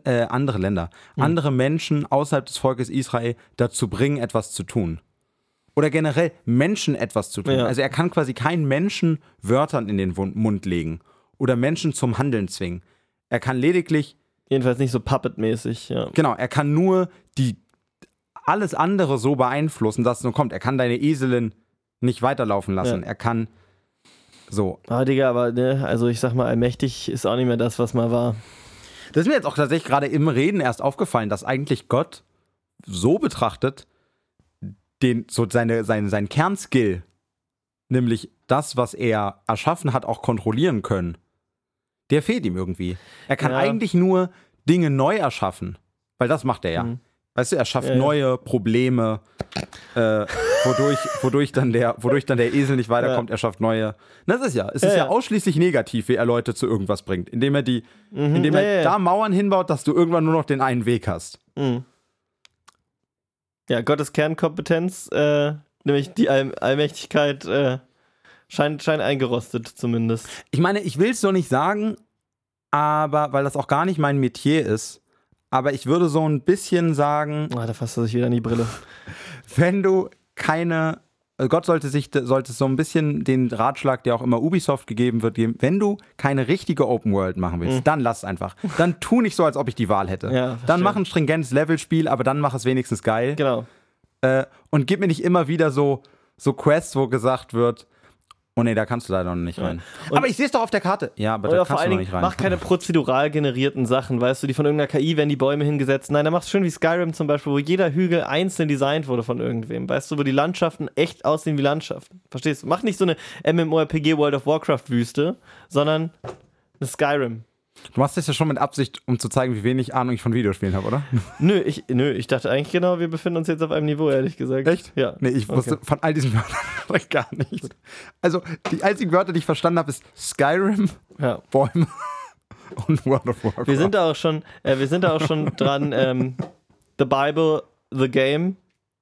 Menschen außerhalb des Volkes Israel dazu bringen, etwas zu tun. Oder generell Menschen etwas zu tun. Ja. Also er kann quasi keinen Menschen Wörtern in den Mund legen oder Menschen zum Handeln zwingen. Er kann lediglich... Jedenfalls nicht so Puppet-mäßig, ja. Genau, er kann nur alles andere so beeinflussen, dass es so kommt. Er kann deine Eselin nicht weiterlaufen lassen. Ja. Er kann... So. Ah, Digga, aber ne, also ich sag mal, allmächtig ist auch nicht mehr das, was mal war. Das ist mir jetzt auch tatsächlich gerade im Reden erst aufgefallen, dass eigentlich Gott so betrachtet, sein Kernskill, nämlich das, was er erschaffen hat, auch kontrollieren können, der fehlt ihm irgendwie. Er kann eigentlich nur Dinge neu erschaffen, weil das macht er ja. Mhm. Weißt du, er schafft neue Probleme, wodurch dann der Esel nicht weiterkommt, er schafft neue. Es ist ja ausschließlich negativ, wie er Leute zu irgendwas bringt, indem er da Mauern hinbaut, dass du irgendwann nur noch den einen Weg hast. Mhm. Ja, Gottes Kernkompetenz, nämlich die Allmächtigkeit, scheint eingerostet zumindest. Ich meine, ich will es so nicht sagen, aber weil das auch gar nicht mein Metier ist, aber ich würde so ein bisschen sagen... Da fasst er sich wieder in die Brille. Wenn du Gott sollte so ein bisschen den Ratschlag, der auch immer Ubisoft gegeben wird, geben, wenn du keine richtige Open World machen willst, dann lass es einfach. Dann tu nicht so, als ob ich die Wahl hätte. Ja, dann mach ein stringentes Levelspiel, aber dann mach es wenigstens geil. Genau. Und gib mir nicht immer wieder so Quests, wo gesagt wird, oh nee, da kannst du leider noch nicht rein. Aber ich sehe es doch auf der Karte. Ja, aber da kannst du noch nicht rein. Mach keine prozedural generierten Sachen, weißt du, die von irgendeiner KI werden die Bäume hingesetzt. Nein, dann mach's schön wie Skyrim zum Beispiel, wo jeder Hügel einzeln designt wurde von irgendwem. Weißt du, wo die Landschaften echt aussehen wie Landschaften. Verstehst du? Mach nicht so eine MMORPG World of Warcraft Wüste, sondern eine Skyrim. Du machst das ja schon mit Absicht, um zu zeigen, wie wenig Ahnung ich von Videospielen habe, oder? Nö, ich dachte eigentlich genau, wir befinden uns jetzt auf einem Niveau, ehrlich gesagt. Echt? Ja. Nee, ich wusste von all diesen Wörtern gar nichts. Also, die einzigen Wörter, die ich verstanden habe, ist Skyrim, Bäume und World of Warcraft. Wir sind da auch schon dran, The Bible, The Game.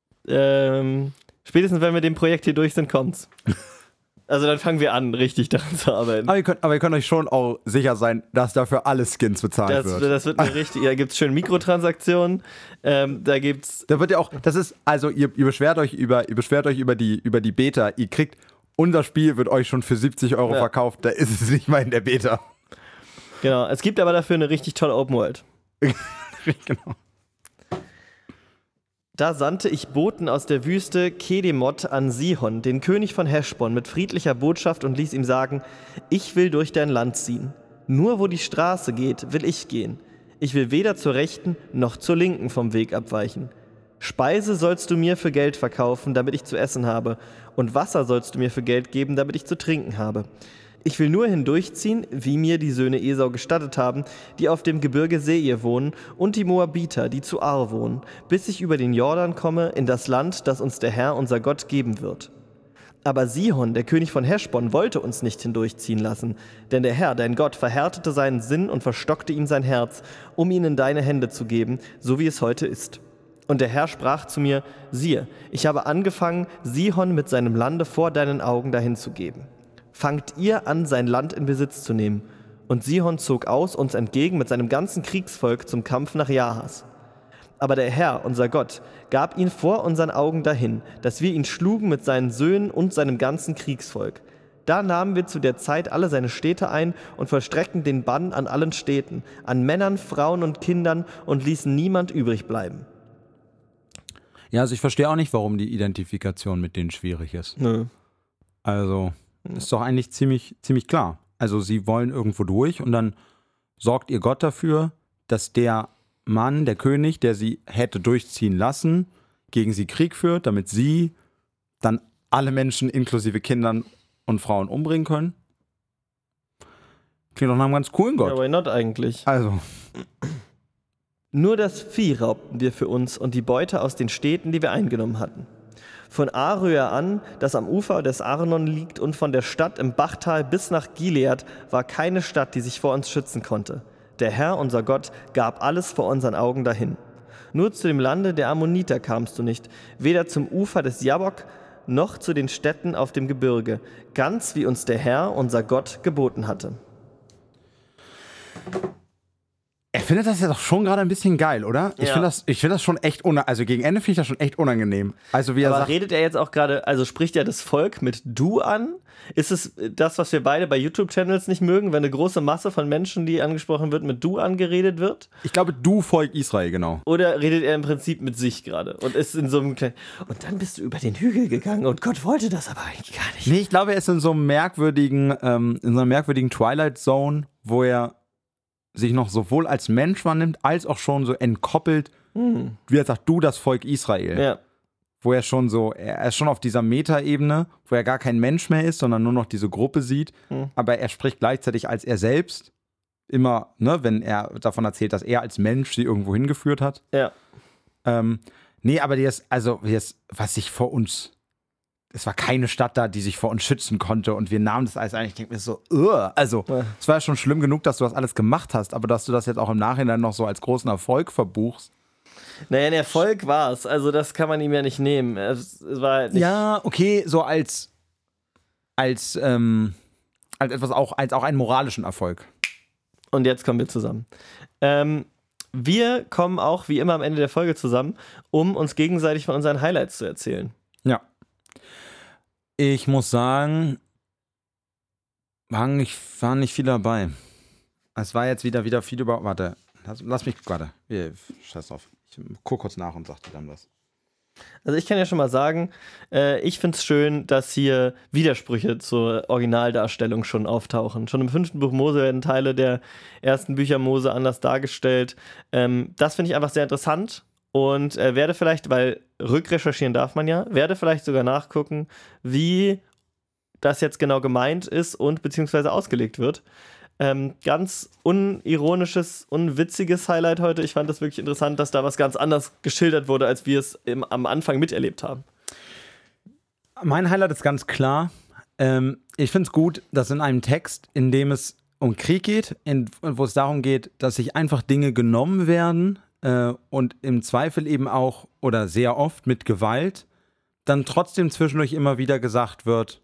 Spätestens, wenn wir dem Projekt hier durch sind, kommt's. Also dann fangen wir an, richtig daran zu arbeiten. Aber ihr könnt euch schon auch sicher sein, dass dafür alle Skins bezahlt wird. Das wird eine richtig, da gibt's schön Mikrotransaktionen, da wird ja auch, das ist, also ihr beschwert euch über die Beta, ihr kriegt, unser Spiel wird euch schon für 70 € verkauft, da ist es nicht mal in der Beta. Genau, es gibt aber dafür eine richtig tolle Open World. Genau. Da sandte ich Boten aus der Wüste Kedemot an Sihon, den König von Heschbon, mit friedlicher Botschaft und ließ ihm sagen, ich will durch dein Land ziehen. Nur wo die Straße geht, will ich gehen. Ich will weder zur Rechten noch zur Linken vom Weg abweichen. Speise sollst du mir für Geld verkaufen, damit ich zu essen habe, und Wasser sollst du mir für Geld geben, damit ich zu trinken habe. Ich will nur hindurchziehen, wie mir die Söhne Esau gestattet haben, die auf dem Gebirge Seir wohnen, und die Moabiter, die zu Ar wohnen, bis ich über den Jordan komme, in das Land, das uns der Herr, unser Gott, geben wird. Aber Sihon, der König von Heschbon, wollte uns nicht hindurchziehen lassen, denn der Herr, dein Gott, verhärtete seinen Sinn und verstockte ihm sein Herz, um ihn in deine Hände zu geben, so wie es heute ist. Und der Herr sprach zu mir, siehe, ich habe angefangen, Sihon mit seinem Lande vor deinen Augen dahin zu geben. Fangt ihr an, sein Land in Besitz zu nehmen. Und Sihon zog aus uns entgegen mit seinem ganzen Kriegsvolk zum Kampf nach Jahas. Aber der Herr, unser Gott, gab ihn vor unseren Augen dahin, dass wir ihn schlugen mit seinen Söhnen und seinem ganzen Kriegsvolk. Da nahmen wir zu der Zeit alle seine Städte ein und vollstreckten den Bann an allen Städten, an Männern, Frauen und Kindern und ließen niemand übrig bleiben. Ja, also ich verstehe auch nicht, warum die Identifikation mit denen schwierig ist. Nö. Also... ist doch eigentlich ziemlich klar. Also sie wollen irgendwo durch und dann sorgt ihr Gott dafür, dass der Mann, der König, der sie hätte durchziehen lassen, gegen sie Krieg führt, damit sie dann alle Menschen inklusive Kindern und Frauen umbringen können. Klingt doch nach einem ganz coolen Gott. Ja, why not eigentlich? Also, Nur das Vieh raubten wir für uns und die Beute aus den Städten, die wir eingenommen hatten. Von Aröa an, das am Ufer des Arnon liegt, und von der Stadt im Bachtal bis nach Gilead war keine Stadt, die sich vor uns schützen konnte. Der Herr, unser Gott, gab alles vor unseren Augen dahin. Nur zu dem Lande der Ammoniter kamst du nicht, weder zum Ufer des Jabbok noch zu den Städten auf dem Gebirge, ganz wie uns der Herr, unser Gott, geboten hatte. er findet das ja doch schon gerade ein bisschen geil, oder? Ich Ja. finde das schon echt also gegen Ende finde ich das schon echt unangenehm. Also wie er Aber sagt, redet er jetzt auch gerade, also spricht er das Volk mit Du an? Ist es das, was wir beide bei YouTube-Channels nicht mögen, wenn eine große Masse von Menschen, die angesprochen wird, mit Du angeredet wird? ich glaube, du Volk Israel, genau. Oder redet er im Prinzip mit sich gerade und ist in so einem kleinen... Und dann bist du über den Hügel gegangen und Gott wollte das aber eigentlich gar nicht. Nee, ich glaube, er ist in so einem merkwürdigen Twilight Zone, wo er sich noch sowohl als Mensch wahrnimmt, als auch schon so entkoppelt, wie er sagt, du das Volk Israel. Ja, Wo er schon so, er ist schon auf dieser Metaebene, wo er gar kein Mensch mehr ist, sondern nur noch diese Gruppe sieht, aber er spricht gleichzeitig als er selbst, immer, ne, wenn er davon erzählt, dass er als Mensch sie irgendwo hingeführt hat. ja. Nee, aber was sich vor uns, es war keine Stadt da, die sich vor uns schützen konnte und wir nahmen das alles ein. Ich denke mir so, also, es war ja schon schlimm genug, dass du das alles gemacht hast, aber dass du das jetzt auch im Nachhinein noch so als großen Erfolg verbuchst. Naja, ein Erfolg war es. Also das kann man ihm ja nicht nehmen. Es war halt nicht... Ja, okay, so als etwas als auch einen moralischen Erfolg. Und jetzt kommen wir zusammen. Wir kommen auch wie immer am Ende der Folge zusammen, um uns gegenseitig von unseren Highlights zu erzählen. Ja. Ich muss sagen, war nicht viel dabei. Es war jetzt wieder viel über. Warte, lass mich. Scheiß drauf. Ich gucke kurz nach und sag dir dann was. Also ich kann ja schon mal sagen, ich finde es schön, dass hier Widersprüche zur Originaldarstellung schon auftauchen. Schon im 5. Buch Mose werden Teile der ersten Bücher Mose anders dargestellt. Das finde ich einfach sehr interessant und werde vielleicht, weil rückrecherchieren darf man ja, werde vielleicht sogar nachgucken, wie das jetzt genau gemeint ist und beziehungsweise ausgelegt wird. Ganz unironisches, unwitziges Highlight heute. Ich fand das wirklich interessant, dass da was ganz anders geschildert wurde, als wir es am Anfang miterlebt haben. Mein Highlight ist ganz klar. Ich finde es gut, dass in einem Text, in dem es um Krieg geht, wo es darum geht, dass sich einfach Dinge genommen werden und im Zweifel eben auch oder sehr oft mit Gewalt, dann trotzdem zwischendurch immer wieder gesagt wird,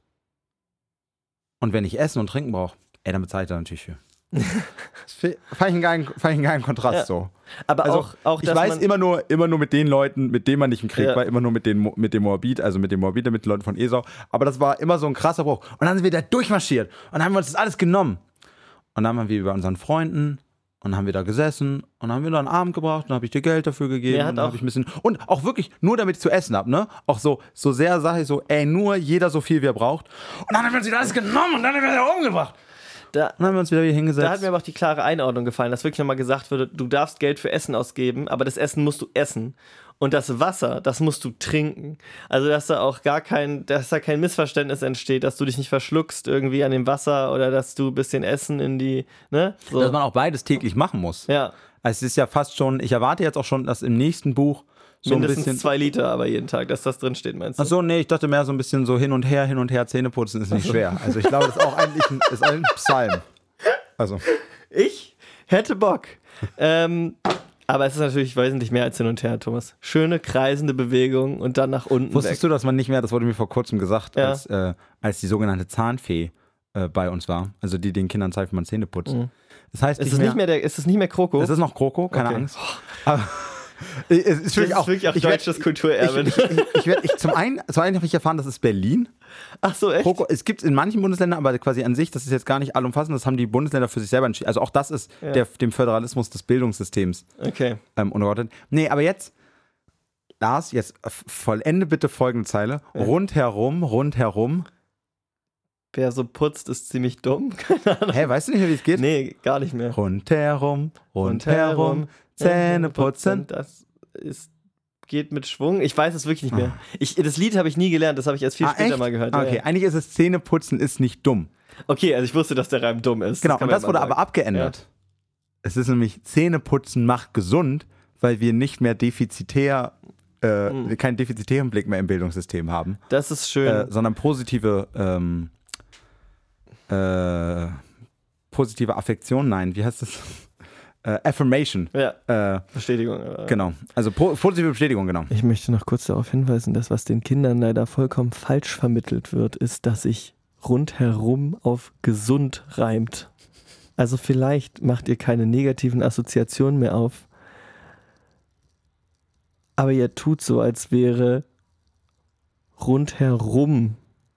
und wenn ich Essen und Trinken brauche, dann bezahle ich da natürlich für. Das fand ich einen geilen Kontrast Ja. so. Aber Also, auch ich dass weiß man, immer nur mit den Leuten, mit denen man nicht im Krieg Ja. war, immer nur mit den Moabiten, mit den Leuten von Esau. Aber das war immer so ein krasser Bruch. Und dann sind wir da durchmarschiert und dann haben wir uns das alles genommen. Und dann waren wir bei unseren Freunden und dann haben wir da gesessen und dann haben wir da einen Abend gebracht und dann habe ich dir Geld dafür gegeben. Ja, hat und dann auch- habe ich ein bisschen, und auch wirklich nur damit ich zu essen habe, ne? Auch so sehr sage ich so, nur jeder so viel wie er braucht. Und dann haben wir uns wieder alles genommen und dann haben wir da umgebracht. da, Und dann haben wir uns wieder hier hingesetzt. da hat mir aber auch die klare Einordnung gefallen, dass wirklich nochmal gesagt wurde, du darfst Geld für Essen ausgeben, aber das Essen musst du essen. Und das Wasser, das musst du trinken. Also, dass da auch kein Missverständnis entsteht, dass du dich nicht verschluckst irgendwie an dem Wasser oder dass du ein bisschen Essen in die, ne? So. Dass man auch beides täglich machen muss. Ja, Also es ist ja fast schon, ich erwarte jetzt auch schon, dass im nächsten Buch so mindestens ein bisschen. 2 Liter aber jeden Tag, dass das drin steht, meinst du? Achso, nee, ich dachte mehr so ein bisschen so hin und her, Zähne putzen ist nicht schwer. Also ich glaube, das ist auch eigentlich ein Psalm. Also, Ich hätte Bock. Aber es ist natürlich wesentlich mehr als hin und her, Thomas. Schöne kreisende Bewegung und dann nach unten wusstest du, dass man nicht mehr, das wurde mir vor kurzem gesagt, Ja. als die sogenannte Zahnfee bei uns war, also die den Kindern zeigt, wie man Zähne putzt. Das heißt Ist es nicht mehr Kroko? es ist noch Kroko, keine Okay. Angst. Aber es ist Das wirklich ist auch, wirklich auch ich werd- deutsches Kulturerbe. Zum einen habe ich erfahren, das ist Berlin. Ach so, echt? Kroko, es gibt es in manchen Bundesländern, aber quasi an sich, das ist jetzt gar nicht allumfassend, das haben die Bundesländer für sich selber entschieden. Also auch das ist dem Föderalismus des Bildungssystems Okay. untergeordnet. Nee, aber jetzt, Lars, jetzt vollende bitte folgende Zeile. Rundherum. Wer so putzt, ist ziemlich dumm. Hä, weißt du nicht mehr, wie es geht? Nee, gar nicht mehr. Rundherum, Zähne putzen. Das geht mit Schwung. Ich weiß es wirklich nicht mehr. Das Lied habe ich nie gelernt, das habe ich erst viel später echt? mal gehört. Okay, Ja. eigentlich ist es Zähne putzen ist nicht dumm. Okay, also ich wusste, dass der Reim dumm ist. Genau, kann und man das ja wurde mal aber sagen. abgeändert. Ja. Es ist nämlich Zähneputzen macht gesund, weil wir nicht mehr keinen defizitären Blick mehr im Bildungssystem haben, Das ist schön. sondern positive Affektion, nein, wie heißt das? Affirmation. Bestätigung. Genau, also positive Bestätigung, genau. Ich möchte noch kurz darauf hinweisen, dass was den Kindern leider vollkommen falsch vermittelt wird, ist, dass sich rundherum auf gesund reimt. Also vielleicht macht ihr keine negativen Assoziationen mehr auf, aber ihr tut so, als wäre rundherum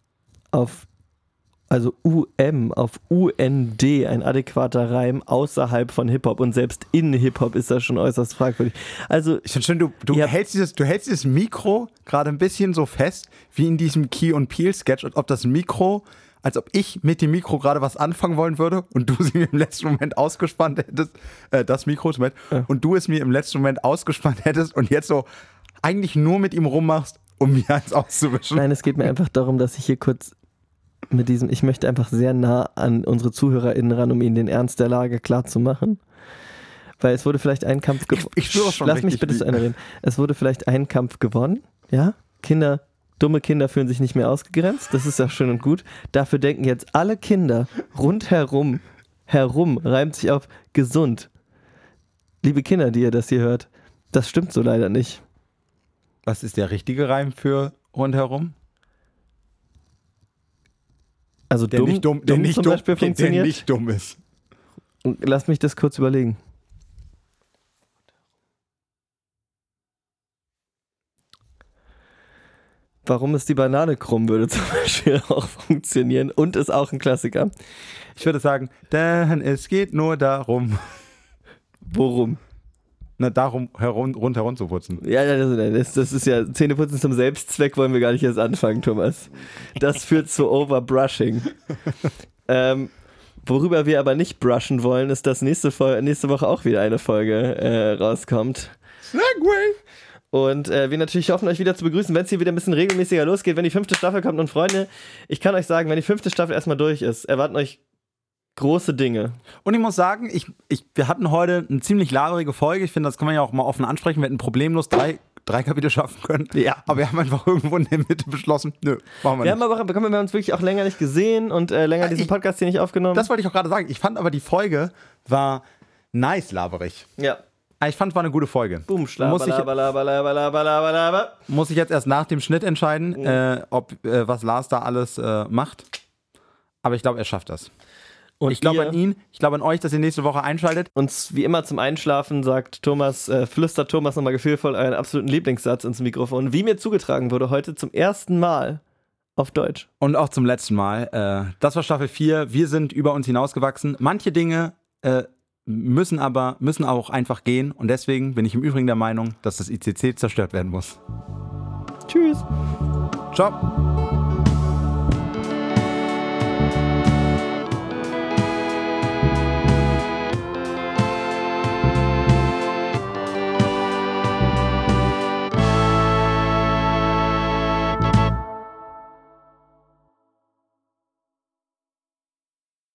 also auf UND ein adäquater Reim außerhalb von Hip-Hop und selbst in Hip-Hop ist das schon äußerst fragwürdig. Also Ich finde schön, du hältst dieses Mikro gerade ein bisschen so fest, wie in diesem Key und Peele Sketch, als ob ich mit dem Mikro gerade was anfangen wollen würde und du sie mir im letzten Moment ausgespannt hättest, das Mikro, und du es mir im letzten Moment ausgespannt hättest und jetzt so eigentlich nur mit ihm rummachst, um mir eins auszuwischen. Nein, es geht mir einfach darum, dass ich hier kurz ich möchte einfach sehr nah an unsere ZuhörerInnen ran, um ihnen den Ernst der Lage klar zu machen. Weil es wurde vielleicht ein Kampf gewonnen. Ich spüre schon Lass mich bitte zu Ende reden. Es wurde vielleicht ein Kampf gewonnen, ja? Dumme Kinder fühlen sich nicht mehr ausgegrenzt, das ist ja schön und gut. Dafür denken jetzt alle Kinder rundherum, reimt sich auf gesund. Liebe Kinder, die ihr das hier hört, das stimmt so leider nicht. Was ist der richtige Reim für rundherum? Also Der nicht dumm funktioniert. Der nicht dumm ist. Lass mich das kurz überlegen. Warum ist die Banane krumm, würde zum Beispiel auch funktionieren und ist auch ein Klassiker. Ich würde sagen, denn es geht nur darum. Worum? Na, darum rundherum zu putzen. Ja, das ist ja, Zähneputzen zum Selbstzweck wollen wir gar nicht erst anfangen, Thomas. Das führt zu Overbrushing. Worüber wir aber nicht brushen wollen, ist, dass nächste Woche auch wieder eine Folge rauskommt. Segway! Und wir natürlich hoffen, euch wieder zu begrüßen, wenn es hier wieder ein bisschen regelmäßiger losgeht, wenn die 5. Staffel kommt. Und Freunde, ich kann euch sagen, wenn die 5. Staffel erstmal durch ist, erwarten euch große Dinge. Und ich muss sagen, wir hatten heute eine ziemlich laberige Folge. Ich finde, das kann man ja auch mal offen ansprechen. Wir hätten problemlos drei Kapitel schaffen können. Ja. Aber wir haben einfach irgendwo in der Mitte beschlossen, nö, machen wir nicht. Wir haben uns wirklich auch länger nicht gesehen und länger diesen Podcast hier nicht aufgenommen. Das wollte ich auch gerade sagen. Ich fand aber, die Folge war nice laberig. Ja. Ich fand, es war eine gute Folge. Boom, Muss ich jetzt erst nach dem Schnitt entscheiden, was Lars da alles macht. Aber ich glaube, er schafft das. Und ich glaube an ihn, ich glaube an euch, dass ihr nächste Woche einschaltet. Uns wie immer zum Einschlafen flüstert Thomas nochmal gefühlvoll euren absoluten Lieblingssatz ins Mikrofon, wie mir zugetragen wurde heute zum ersten Mal auf Deutsch. Und auch zum letzten Mal. Das war Staffel 4. Wir sind über uns hinausgewachsen. Manche Dinge müssen auch einfach gehen. Und deswegen bin ich im Übrigen der Meinung, dass das ICC zerstört werden muss. Tschüss. Ciao.